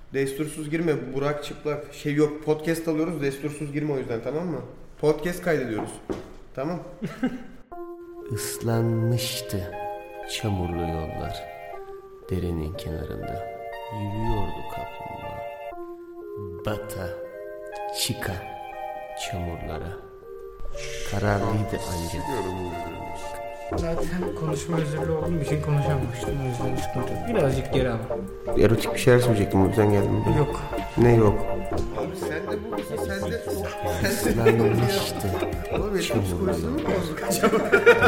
Destursuz girme. Burak çıplak. Şey yok, podcast alıyoruz. Destursuz girme o yüzden, tamam mı? Podcast kaydediyoruz. Tamam. Islanmıştı çamurlu yollar. Derenin kenarında yürüyordu kaplumbağa. Bata, çıka çamurlara. Kararlıydı ancak. Zaten konuşma özürlü olduğum için konuşamamıştım. O yüzden sıkıntı yok. Birazcık geri al. Erotik bir şeyler söyleyecektim, o yüzden geldim buraya. Yok. Ne yok? Abi sen de bu kızı, sen de... Islanmıştı Oğlum benim çamurlu psikolojimi mi yollar. bozduk acaba?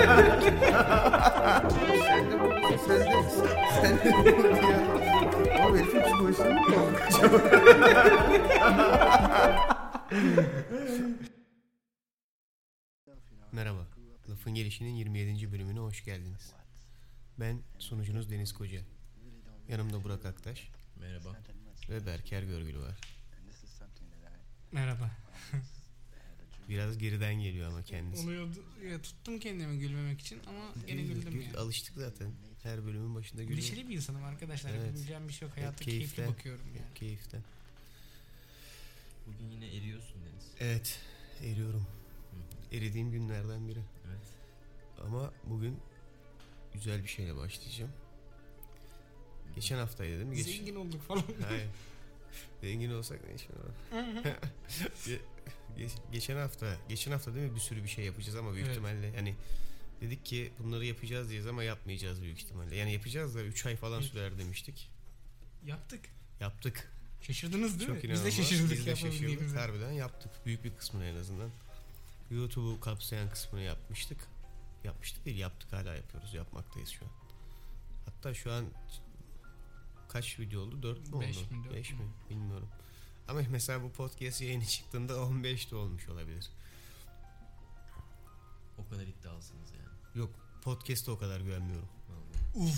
Sen de bu kızı, sen de bu kızı ya. Oğlum benim psikolojimi mi bozduk acaba? Merhaba. Lafın Gelişi'nin 27. bölümüne hoş geldiniz. Ben sunucunuz Deniz Koca. Yanımda Burak Aktaş. Merhaba. Ve Berker Görgülü var. Merhaba. Biraz geriden geliyor ama kendisi. Oluyordu. Ya, tuttum kendimi gülmemek için ama gene güldüm ya. Alıştık zaten. Her bölümün başında gülüyor. Neşeli bir insanım arkadaşlar. Evet. Yapabileceğim bir şey yok. Hayata Keyiften. keyifli bakıyorum yani. Keyiften. Bugün yine eriyorsun Deniz. Evet. Eriyorum. Eridiğim günlerden biri. Evet. Ama bugün güzel bir şeyle başlayacağım. Geçen haftaydı değil mi? Zengin olduk falan. Hayır. Zengin olsak ne işin var? Geçen hafta değil mi, bir sürü bir şey yapacağız ama büyük Evet. ihtimalle hani dedik ki bunları yapacağız diyeceğiz ama yapmayacağız büyük ihtimalle. Yani yapacağız da 3 ay falan Evet. sürer demiştik. Yaptık. Şaşırdınız değil Çok mi? Biz inanılmaz. de şaşırdık Biz de şaşırdık. yapabildiğimize. Harbiden yaptık. Büyük bir kısmını en azından. YouTube'u kapsayan kısmını yapmıştık. Yapmıştık değil, yaptık, hala yapıyoruz. Yapmaktayız şu an. Hatta şu an kaç video oldu? 4 mü oldu? 5 mi, 4 5 mü? mi? Bilmiyorum. Ama mesela bu podcast yayını çıktığında 15 de olmuş olabilir. O kadar iddialısınız yani. Yok, podcast'a o kadar güvenmiyorum. Vallahi.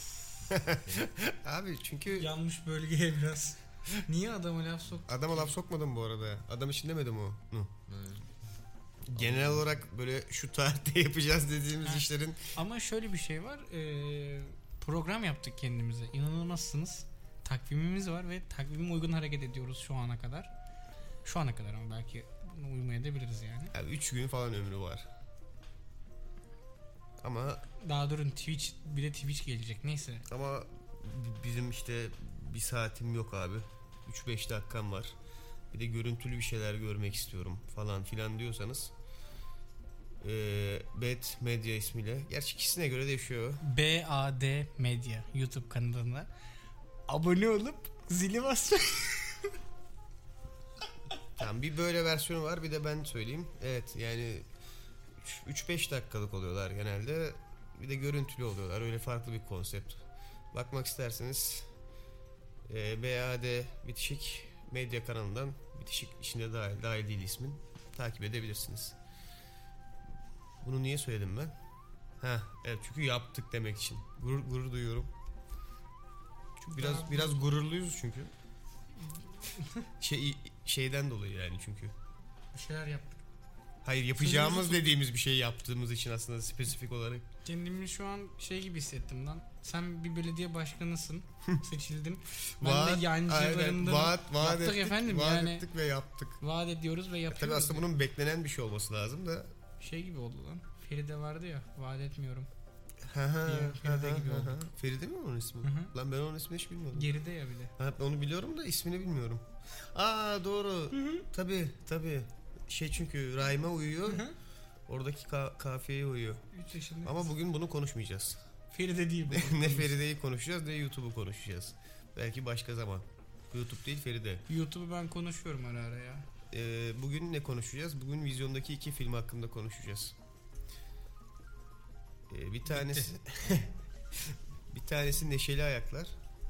Abi çünkü Yanlış bölgeye biraz. Niye adama laf soktu? adama laf sokmadım bu arada. Adam için demedim o. Hı. Evet. Genel olarak böyle şu tarihte yapacağız dediğimiz Ha. işlerin Ama şöyle bir şey var. Program yaptık kendimize. İnanılmazsınız. Takvimimiz var ve takvime uygun hareket ediyoruz şu ana kadar. Şu ana kadar ama belki buna uymayabiliriz yani. 3 gün falan ömrü var. Ama Daha durun, bir de Twitch gelecek, neyse. bizim işte bir saatim yok abi. 3-5 dakikam var. Bir de görüntülü bir şeyler görmek istiyorum falan filan diyorsanız BAD Medya ismiyle. Gerçi ikisine göre değişiyor. BAD Medya YouTube kanalına abone olup zili basmayı. Tamam, bir böyle versiyonu var, bir de ben söyleyeyim. Evet, yani 3-5 dakikalık oluyorlar genelde. Bir de görüntülü oluyorlar. Öyle farklı bir konsept. Bakmak isterseniz BAD bitişik medya kanalından, bitişik içinde dahil değil ismin, takip edebilirsiniz. Bunu niye söyledim ben? Evet, çünkü yaptık demek için. Gurur duyuyorum. Çünkü biraz gururluyuz çünkü. Şeyden dolayı yani çünkü. Bir şeyler yaptık. Hayır, yapacağımız dediğimiz bir şey yaptığımız için aslında spesifik olarak. Kendimi şu an şey gibi hissettim lan. Sen bir belediye başkanısın. Seçildin. Ben de yancılarımdan vaat yaptık ettik, efendim. vaat Yani ettik ve yaptık. vaat ediyoruz ve yapıyoruz. Tabii aslında bunun beklenen bir şey olması lazım da. Şey gibi oldu lan. Feride vardı ya, vaat etmiyorum. Feride gibi oldu. Feride mi onun ismi? Hı hı. Lan ben onun ismini hiç bilmiyordum. Geride ya bir de. Onu biliyorum da ismini bilmiyorum. Doğru. Tabii. Çünkü Rahim'e uyuyor. Oradaki kafiyeye uyuyor. 3 yaşında. Ama bugün bunu konuşmayacağız. Feride değil bu. Ne Feride'yi konuşacağız, ne YouTube'u konuşacağız. Belki başka zaman. YouTube değil, Feride. YouTube'u ben konuşuyorum ara ara ya. Bugün ne konuşacağız? Bugün vizyondaki 2 film hakkında konuşacağız. Bir tanesi bir tanesi Neşeli Ayaklar.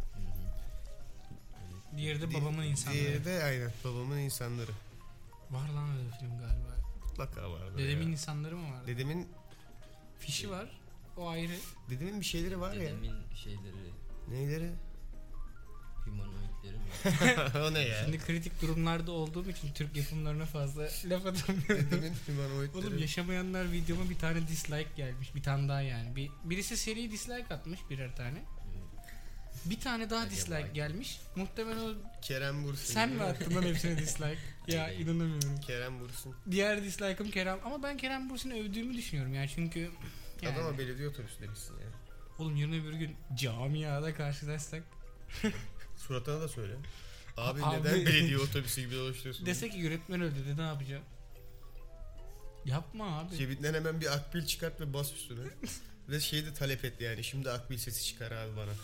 Diğeri de babamın insanları. Diğeri de aynen Babamın İnsanları. Var lan öyle bir film galiba. Mutlaka vardır. Dedemin ya. insanları mı var? Dedemin Fişi var. O ayrı. Dedemin bir şeyleri var ya. Dedemin şeyleri, Neyleri? humanoidleri mi? O ne ya? Şimdi kritik durumlarda olduğum için Türk yapımlarına fazla laf atamıyorum. Dedemin humanoidleri. Oğlum, yaşamayanlar videoma bir tane dislike gelmiş. Bir tane daha yani. Birisi seri dislike atmış birer tane. Bir tane daha Hadi dislike yapayım. gelmiş. Muhtemelen o Kerem Bursin. sen mi attın lan hepsine dislike? Ya Evet. inanamıyorum. Kerem Bursin. Diğer dislike'ım Kerem ama ben Kerem Bursin'i övdüğümü düşünüyorum yani çünkü yani, Adama belediye otobüsü demişsin ya. oğlum yarın öbür gün camiada karşılaşsak Suratına da söyle. Abi, Abi. neden belediye otobüsü gibi dolaşıyorsun? desek ki yönetmen öldü dedi ne yapacağım? Yapma abi. Cebinden hemen bir akbil çıkart ve bas üstüne. Ve şeyi de talep et yani. Şimdi akbil sesi çıkar abi bana.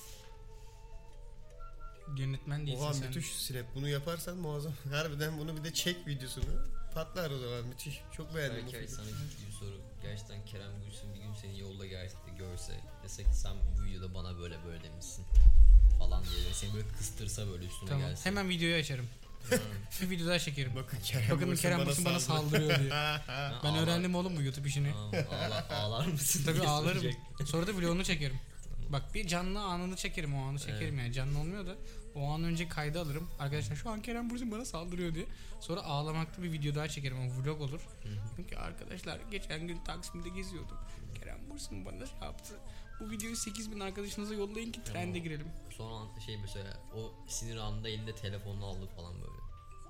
Yönetmen değilsin Oha sen. müthiş Snap. Bunu yaparsan muazzam. Harbiden bunu bir de çek videosunu. Patlar o zaman müthiş. Çok beğendim bu Belki filmi. sana küçük bir soru. Gerçekten Kerem Buyursun bir gün seni yolda gerçekten görse desek sen bu videoda bana böyle böyle demişsin falan diye seni böyle kıstırsa böyle üstüne Tamam. gelse. Hemen videoyu açarım. Bir video daha çekerim. Bakın Kerem Bakın Bursin Kerem Bursin bana saldırıyor diye. Ha, Ben ağlar- öğrendim oğlum bu YouTube işini. Ağlar mısın? Tabii diye ağlarım. soracak. Sonra da vlogunu çekerim. Bak bir canlı anını çekerim, o anı çekerim yani. Canlı olmuyor da o an önce kaydı alırım. Arkadaşlar şu an Kerem Bursin bana saldırıyor diye. Sonra ağlamaklı bir video daha çekerim. O vlog olur. Çünkü arkadaşlar geçen gün Taksim'de geziyordum. Kerem Bursin bana şey yaptı. Bu videoyu 8000 arkadaşınıza yollayın ki trende girelim. Sonra şey mesela o sinir anında elinde telefonunu aldı falan böyle.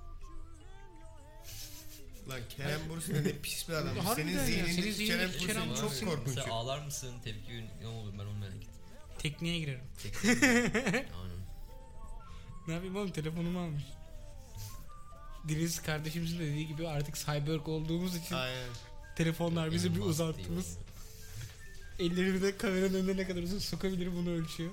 Lan Kerem Bursin de ne pis bir adam. Harbiden Senin ya, zihnindeki senin zihnindeki Kerem Bursin Kerem çok Bursin- korkunç. Mesela ağlar mısın? Tepki ne olur ben onu merak ettim. Tekniğe girerim. Aynen. Ne yapayım oğlum, telefonumu almış. Deniz kardeşimizin dediği gibi artık cyborg olduğumuz için Aynen. telefonlar bizi bir Elon Musk uzattınız. değil Ellerimi de kameranın önüne ne kadar uzun sokabilirim bunu ölçüyor.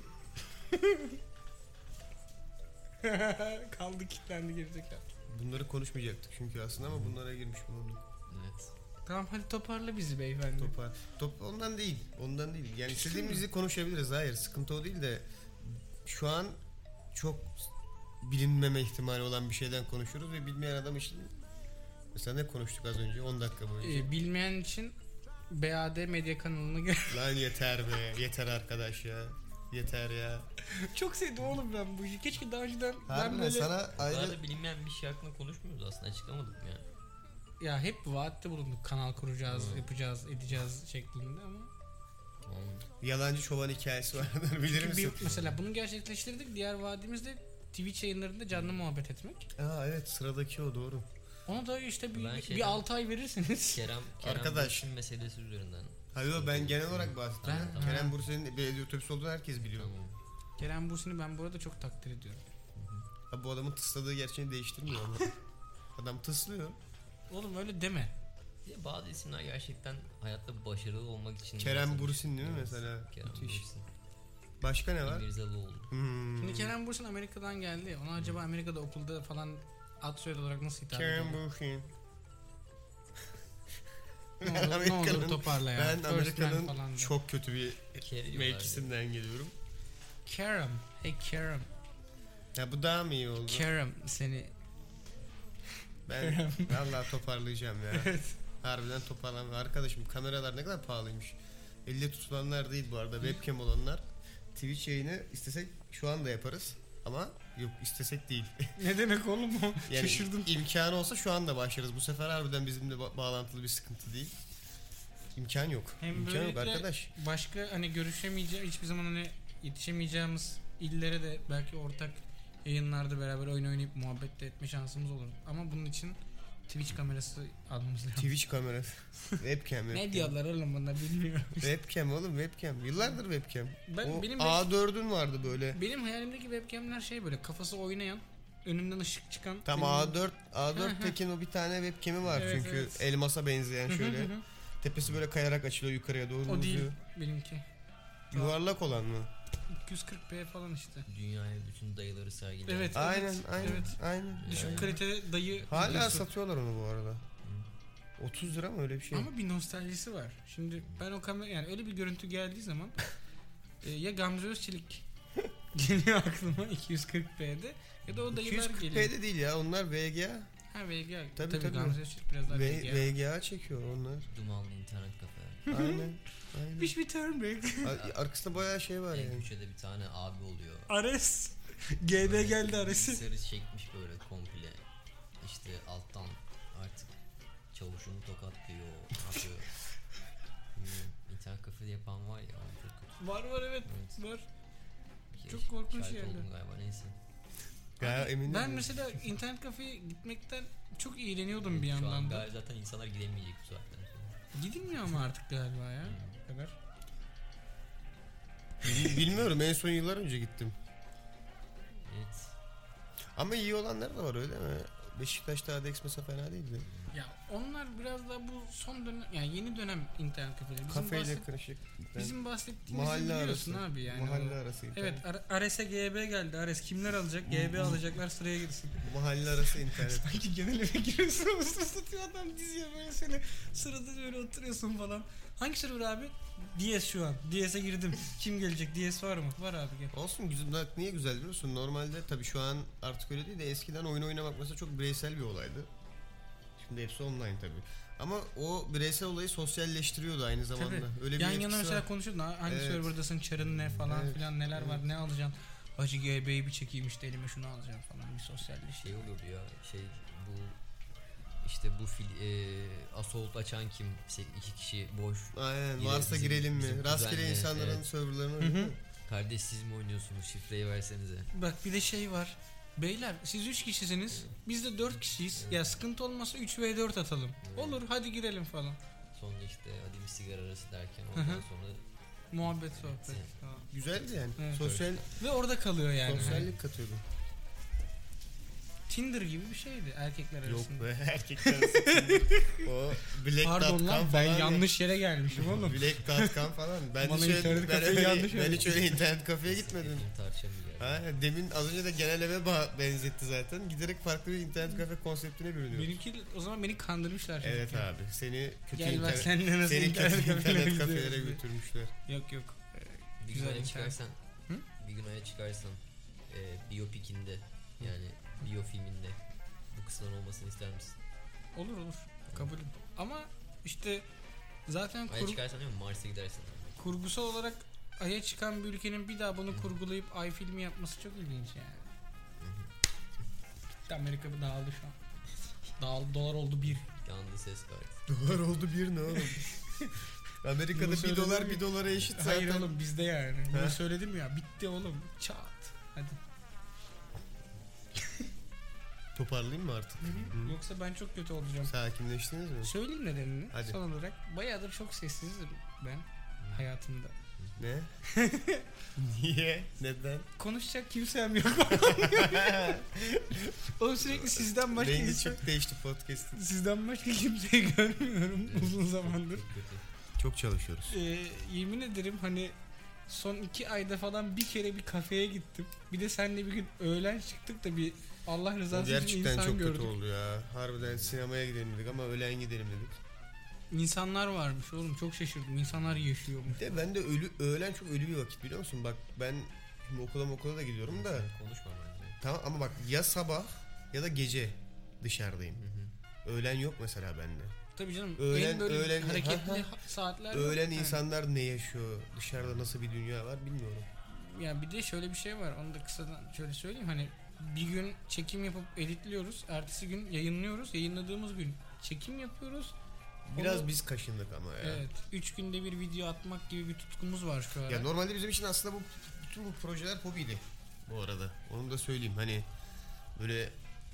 Kaldı kilitlendi gerizekalı. Bunları konuşmayacaktık çünkü aslında ama bunlara girmiş bulunduk. Evet. Tamam hadi toparla bizi beyefendi. Ondan değil. Ondan değil. Yani istediğimizi konuşabiliriz. Hayır, sıkıntı o değil de şu an çok bilinmeme ihtimali olan bir şeyden konuşuyoruz ve bilmeyen adam için mesela ne konuştuk az önce 10 dakika boyunca. Bilmeyen için BAD medya kanalına gel. Lan yeter be. Yeter arkadaş ya. Yeter ya. Çok sevdim oğlum ben bu işi. Keşke daha önceden ben Harbiden böyle sana O ayrı kadar da bilinmeyen bir şey hakkında konuşmuyoruz aslında açıklamadık mı yani? ya hep vaatte bulunduk. Kanal kuracağız, yapacağız, edeceğiz şeklinde ama Tamam. yalancı çoban hikayesi vardır bilir çünkü misin? mesela bunu gerçekleştirdik. Diğer vaadimiz de Twitch yayınlarında canlı muhabbet etmek. Aa evet, sıradaki o, doğru. Onu da işte Ben bir şeyden- 6 ay verirseniz. Kerem Arkadaş. Bursin meselesi üzerinden. Hayır, ben genel olarak bahsettim. Ben- Kerem Bursin'in belediye otobüsü olduğunu herkes biliyor. Tamam. Kerem Bursin'i ben bu arada çok takdir ediyorum. Ha, bu adamın tısladığı gerçeğini değiştirmiyor ama. Adam tıslıyor. Oğlum öyle deme. Bir de bazı isimler gerçekten hayatta başarılı olmak için Kerem yazılmış. Bursin değil mi Evet, mesela? Kerem Müthiş. Bursin. Başka ne var? Mirzalıoğlu. Şimdi Kerem Bursin Amerika'dan geldi. Ona acaba Amerika'da okulda falan ad soyadı olarak nasıl hitap Kerem ediyor? Bursin. Ne olur, ne olur Amerika'nın- toparla ya. Ben First Man Amerika'nın falan de. çok kötü bir Kerem diyorlar mevkisinden geliyorum. Kerem. Hey Kerem. Ya bu daha mı iyi oldu? Kerem seni. Ben vallahi toparlayacağım ya. Harbiden toparlam. Arkadaşım kameralar ne kadar pahalıymış. Elle tutulanlar değil bu arada, webcam olanlar. Twitch yayını istesek şu anda yaparız. Ama yok, istesek değil. Ne demek oğlum o? Yani Şaşırdım. imkanı olsa şu anda başlarız. Bu sefer harbiden bizimle bağlantılı bir sıkıntı değil. İmkan yok. Hem İmkan yok böylelikle arkadaş. başka hani görüşemeyeceğim, hiçbir zaman hani yetişemeyeceğimiz illere de belki ortak yayınlarda beraber oyun oynayıp muhabbet de etme şansımız olur. Ama bunun için Twitch kamerası almamız lazım. Twitch kamerası. Webcam. Ne diyorlar oğlum bunlar bilmiyorum. Webcam oğlum, webcam. Yıllardır webcam. Ben, O benim A4'ün vardı böyle. benim hayalimdeki webcamler şey böyle kafası oynayan, önünden ışık çıkan. Tam benim- A4 Tekin o bir tane webcam'i var Evet, çünkü evet. elmasa benzeyen şöyle. Tepesi böyle kayarak açılıyor, yukarıya doğru O değil uzuyor. benimki. Yuvarlak olan mı? 240p falan işte. Dünyaya bütün dayıları sergileyen. Evet. Aynen, aynen, evet. aynen. Düşük Aynen. kalitede dayı Hala videosu. satıyorlar onu bu arada. 30 lira mı, öyle bir şey? Ama bir nostaljisi var. Şimdi ben o kamera yani öyle bir görüntü geldiği zaman ya Gamze Özçelik geliyor aklıma 240p'de ya da o dayılar geliyor. 240p'de değil ya, onlar VGA. Ha VGA. Tabii, Tabii, tabii. Gamze Özçelik biraz daha VGA. VGA çekiyor onlar. Dumanlı internet kafe. Aynen. Aynen. Bir turn back. Arkasında bayağı şey var yani. E3'e bir tane abi oluyor. Ares. GB geldi Ares'i. Sarı çekmiş böyle komple. İşte alttan artık çavuşunu tokatlıyor. Yapıyor. İnternet kafe yapan var ya. Çok kötü. Var evet, Evet. var. Çok korkunç Şahit yerler. oldum galiba, neyse. Ya emin Ben değilim. mesela internet kafeye gitmekten çok iğreniyordum bir Şu an yandan da. galiba zaten insanlar gidemeyecek bu saatten sonra. Gidilmiyor ama artık galiba ya. Bu kadar. Bilmiyorum, en son yıllar önce gittim. Evet. Ama iyi olanlar da var, öyle mi? Beşiktaş'ta Adex mesela fena değildi. Ya onlar biraz da bu son dönem, yani yeni dönem internet kafeleri. Kafeyle karışık. Bizim bahsettiğimizi Mahalle biliyorsun arası. abi yani. Mahalle o. arası internet. Evet, Ares'e GB geldi. Ares kimler alacak? GB alacaklar, sıraya girsin. Mahalle arası internet. Sanki genel eve giriyorsun, usta satıyor adam, diziyor böyle seni. Sırada böyle oturuyorsun falan. Hangi server abi? DS şu an. DS'e girdim. Kim gelecek? DS var mı? Var abi, gel. Olsun, güzel. Bak, niye güzel biliyorsun? Normalde tabii şu an artık öyle değil de eskiden oyun oynamak mesela çok bireysel bir olaydı. Şimdi hepsi online tabii. Ama o bireysel olayı sosyalleştiriyordu aynı zamanda. Tabii. Öyle bir Yan etkisi yana mesela var. konuşuyordun. Hangi Evet. serverdasın, çarın ne falan Evet. filan, neler Evet. var, ne alacaksın? Hacı GB'yi bir çekeyim işte, elime şunu alacağım falan, bir sosyalleş. Şey oluyordu ya, bu işte bu Assault açan kim? İki kişi boş. Aynen, Yine varsa bizim- girelim mi? bizim Rastgele kuzenle, insanların evet. serverlarını Hı oynuyor. hı. Kardeş siz mi oynuyorsunuz? Şifreyi versenize. Bak bir de şey var. Beyler siz 3 kişisiniz. Biz de 4 kişiyiz. Ya sıkıntı olmasa 3v4 atalım. Olur, hadi girelim falan. Sonra işte hadi bir sigara arası derken Hı ondan hı. sonra Muhabbet, sohbet. Evet. Tamam. Güzeldi yani. Evet. Sosyal, Ve orada kalıyor yani. sosyallik katıyordu. Tinder gibi bir şeydi erkekler Yok arasında. be, erkekler arası o Pardon Black.com lan, falan. ben yanlış yere gelmişim oğlum. Black.com falan. Ben Bana hiç öyle, internet ben kafeye öyle, yanlış ben hiç öyle internet kafeye gitmedim. Efendim tartışamayacağız. Ha, demin az önce de genel eve benzetti zaten. Giderek farklı bir internet kafe konseptine bürünüyor. Benimki o zaman beni kandırmışlar. şimdi. Evet abi. Seni kötü Gel bak internet, seninle nasıl seni internet kötü kafelere internet kafelere gidiyoruz diye. götürmüşler. Yok yok. Bir Güzel gün aya internet. çıkarsan, Hı? bir gün aya çıkarsan biyopikinde yani biyofilminde bu kısımların olmasını ister misin? Olur olur. Kabulüm. Ama işte zaten Aya çıkarsan değil mi? Mars'a gidersin. kurgusal olarak Ay'a çıkan bir ülkenin bir daha bunu kurgulayıp Ay filmi yapması çok ilginç yani. Amerika bir dağıldı şu an. Dağıldı, dolar oldu 1. Yandı ses kaydı. Dolar oldu bir ne oğlum? Amerika'da Bunu bir söyledim dolar mi? bir dolara eşit zaten. Hayır oğlum, bizde yani. Bunu Ha? söyledim ya, bitti oğlum. Çat. Hadi. Toparlayayım mı artık? Hı. Yoksa ben çok kötü olacağım. Sakinleştiniz mi? Söyleyeyim nedenini. Hadi. Son olarak bayağıdır çok sessizim ben hayatımda. Ne? Niye? Neden? Konuşacak kimsem yok. Oğlum sürekli sizden başka Rengi insan, çok değişti podcast'ın. sizden başka kimseyi görmüyorum uzun zamandır. Çok kötü. Çok çalışıyoruz. Yemin ederim hani son 2 ayda falan bir kere bir kafeye gittim. Bir de seninle bir gün öğlen çıktık da bir Allah O rızası için gerçekten insan çok gördük. kötü oldu ya. Harbiden sinemaya gidelim dedik ama öğlen gidelim dedik. İnsanlar varmış oğlum, çok şaşırdım. İnsanlar yaşıyormuş. Bir de ben de öğlen çok ölü bir vakit, biliyor musun? Bak ben şimdi okula da gidiyorum da. Sen konuşma bence. Tamam ama bak, ya sabah ya da gece dışarıdayım. Öğlen yok mesela bende. Tabii canım. Öğlen- en böyle öğlen- hareketli ha, saatler yok. Öğlen Yani. insanlar ne yaşıyor? Dışarıda nasıl bir dünya var bilmiyorum. Ya bir de şöyle bir şey var. Onu da kısadan şöyle söyleyeyim. Hani bir gün çekim yapıp editliyoruz. Ertesi gün yayınlıyoruz. Yayınladığımız gün çekim yapıyoruz. Biraz Onu- biz kaşındık ama ya. Evet. 3 günde bir video atmak gibi bir tutkumuz var şu ara. Ya normalde bizim için aslında bütün bu projeler hobiydi bu arada. Onu da söyleyeyim. Hani böyle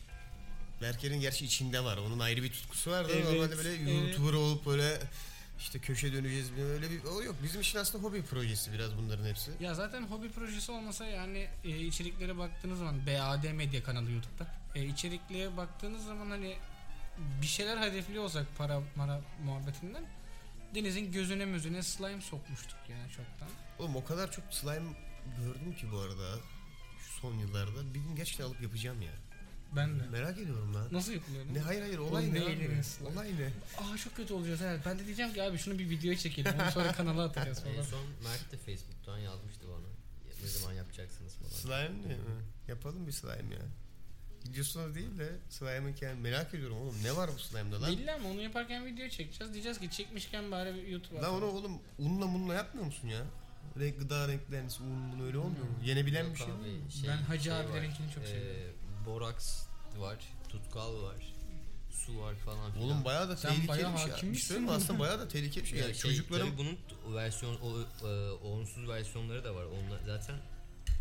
Berker'in gerçi içinde var. Onun ayrı bir tutkusu var da Evet, normalde böyle evet. YouTuber olup böyle işte köşe döneceğiz, öyle bir o yok. Bizim için aslında hobi projesi biraz bunların hepsi. Ya zaten hobi projesi olmasa yani içeriklere baktığınız zaman BAD Medya kanalı YouTube'da. İçeriklere baktığınız zaman hani bir şeyler hedefliyorsak para muhabbetinden Deniz'in gözüne slime sokmuştuk yani çoktan. Oğlum o kadar çok slime gördüm ki bu arada şu son yıllarda. Bir gün gerçekten alıp yapacağım ya. Ben de. Merak ediyorum lan. Nasıl yapılıyor lan? Ne hayır olay Oğlum ne ne abi? eğleniriz slime. Olay ne? Aa çok kötü olacağız evet. Ben de diyeceğim ki abi şunu bir videoya çekelim. Onu sonra kanala atacağız En falan. son Mert de Facebook'tan yazmıştı bana. Ne zaman yapacaksınız falan. Slime ne mi? Yapalım bir slime ya. Videosuna değil de slime'ı kendi merak ediyorum oğlum, ne var bu slime'da lan? Belli ama onu yaparken video çekeceğiz. Diyeceğiz ki çekmişken bari bir YouTube'a Lan onu atalım. oğlum unla munla yapmıyor musun ya? Gıda renklenmesi un bunu öyle olmuyor mu? Yenebilen Yok bir şey abi, değil mi? Ben Hacı var, abilerinkini çok seviyorum. Boraks var, tutkal var, su var falan filan. Oğlum bayağı da Sen tehlikeli bayağı bir şey. Bir hakimmişsin. şey mi? Aslında bayağı da tehlikeli bir şey. Ya Yani şey, çocukların tabii bunun onsuz versiyonları da var. Onlar zaten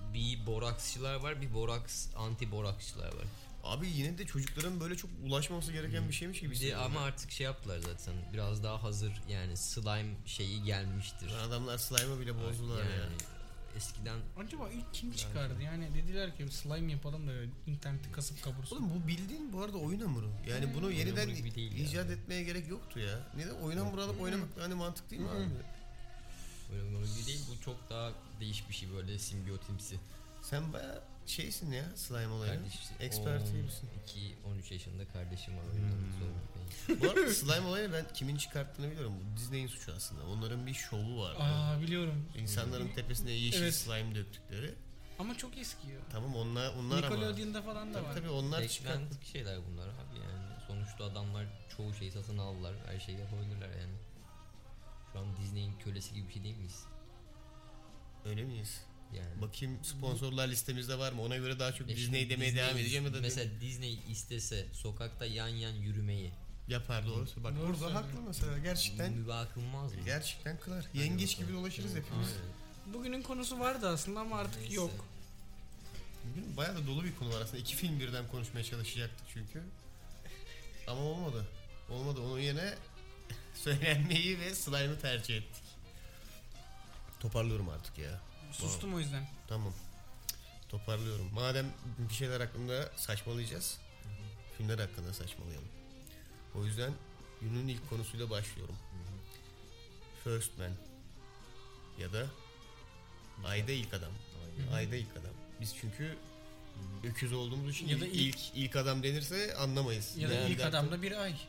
bir boraksçılar var, bir boraks anti boraksçılar var. Abi yine de çocukların böyle çok ulaşmaması gereken bir şeymiş gibi Bir de hissediyorum. ama artık şey yaptılar zaten. Biraz daha hazır yani slime şeyi gelmiştir. Adamlar slime'ı bile bozdular yani. ya. Eskiden Acaba ilk kim çıkardı? Yani dediler ki slime yapalım da interneti kasıp kavursun. Oğlum bu bildiğin bu arada oyun hamuru. Yani bunu yeniden hamuru gibi değil icat yani. etmeye gerek yoktu ya. Neden oyun hamuru alıp oynamak hani mantık değil mi abi? öyle değil, bu çok daha değişik bir şey, böyle simbiyotimsi. Sen baya şeysin ya slime olayı. Kardeş, Expert misin? 12-13 yaşında kardeşim var o yüzden zor değil. Bu arada slime olayını ben kimin çıkarttığını biliyorum. Bu Disney'in suçu aslında. Onların bir şovu var. Biliyorum. İnsanların tepesine yeşil Evet. slime döktükleri. Ama çok eski ya. Tamam onlar ama. Nickelodeon'da falan da Tabii var. tabii onlar çıkarttı. Beklentik şeyler bunlar abi yani. Sonuçta adamlar çoğu şeyi satın aldılar. Her şeyi yapabilirler yani. Şu an Disney'in kölesi gibi bir şey değil miyiz? Öyle miyiz? Yani. Bakayım sponsorlar listemizde var mı? Ona göre daha çok Disney demeye devam edeceğim ya da mesela Disney istese sokakta yan yan yürümeyi yapar doğrusu. Bak Doğru burada söylüyor. haklı mesela gerçekten. mübakılmaz mı? Gerçekten kılar. Yengeç gibi dolaşırız hepimiz. Aynen. Bugünün konusu vardı aslında ama artık Neyse. yok. Bugün bayağı da dolu bir konu var aslında. 2 film birden konuşmaya çalışacaktık çünkü. Ama olmadı. Olmadı. Onun yerine söylenmeyi ve slime'ı tercih ettik. Toparlıyorum artık ya. Sustum o yüzden. Tamam. Toparlıyorum. Madem bir şeyler hakkında saçmalayacağız. Filmler hakkında saçmalayalım. O yüzden günün ilk konusuyla başlıyorum. First Man. Ya da Ayda ilk adam. Ayda ilk adam. Biz çünkü öküz olduğumuz için Ya da ilk adam denirse anlamayız. Ya da Yani ilk adamda bir ay.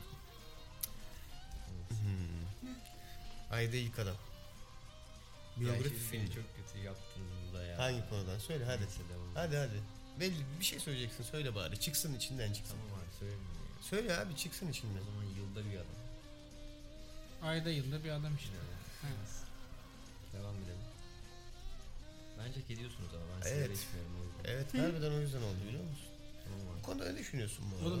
Ayda ilk adam. Biyografi Gerçi filmi. beni çok kötü yaptınız burada ya. Hangi konudan? Söyle hadi. Mesela bu. Hadi. Belli bir şey söyleyeceksin. Söyle bari. Çıksın içinden çıksın. Tamam abi söylemiyorum ya. Söyle abi çıksın içinden. O zaman yılda bir adam. Ayda yılda bir adam işte. Ha. Devam edelim. Bence hak ediyorsunuz ama ben Evet. sigara içmiyorum o yüzden. Evet harbiden o yüzden oldu biliyor musun? Tamam Bu abi. konuda ne düşünüyorsun bu arada? Oğlum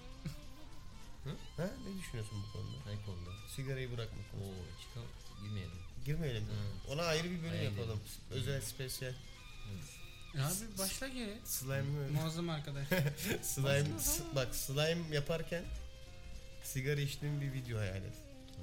Ha? Ne düşünüyorsun bu konuda? Ne konuda? Sigarayı bırakma konusunda. Oo çıkalım. Girmeyelim. Girmeyelim mi? Hı. Ona ayrı bir bölüm Ayrı yapalım. bir- Özel spesiyel. abi başla geri. Slime Muazzam arkadaş. slime bak slime yaparken sigara içtiğin bir video hayal et.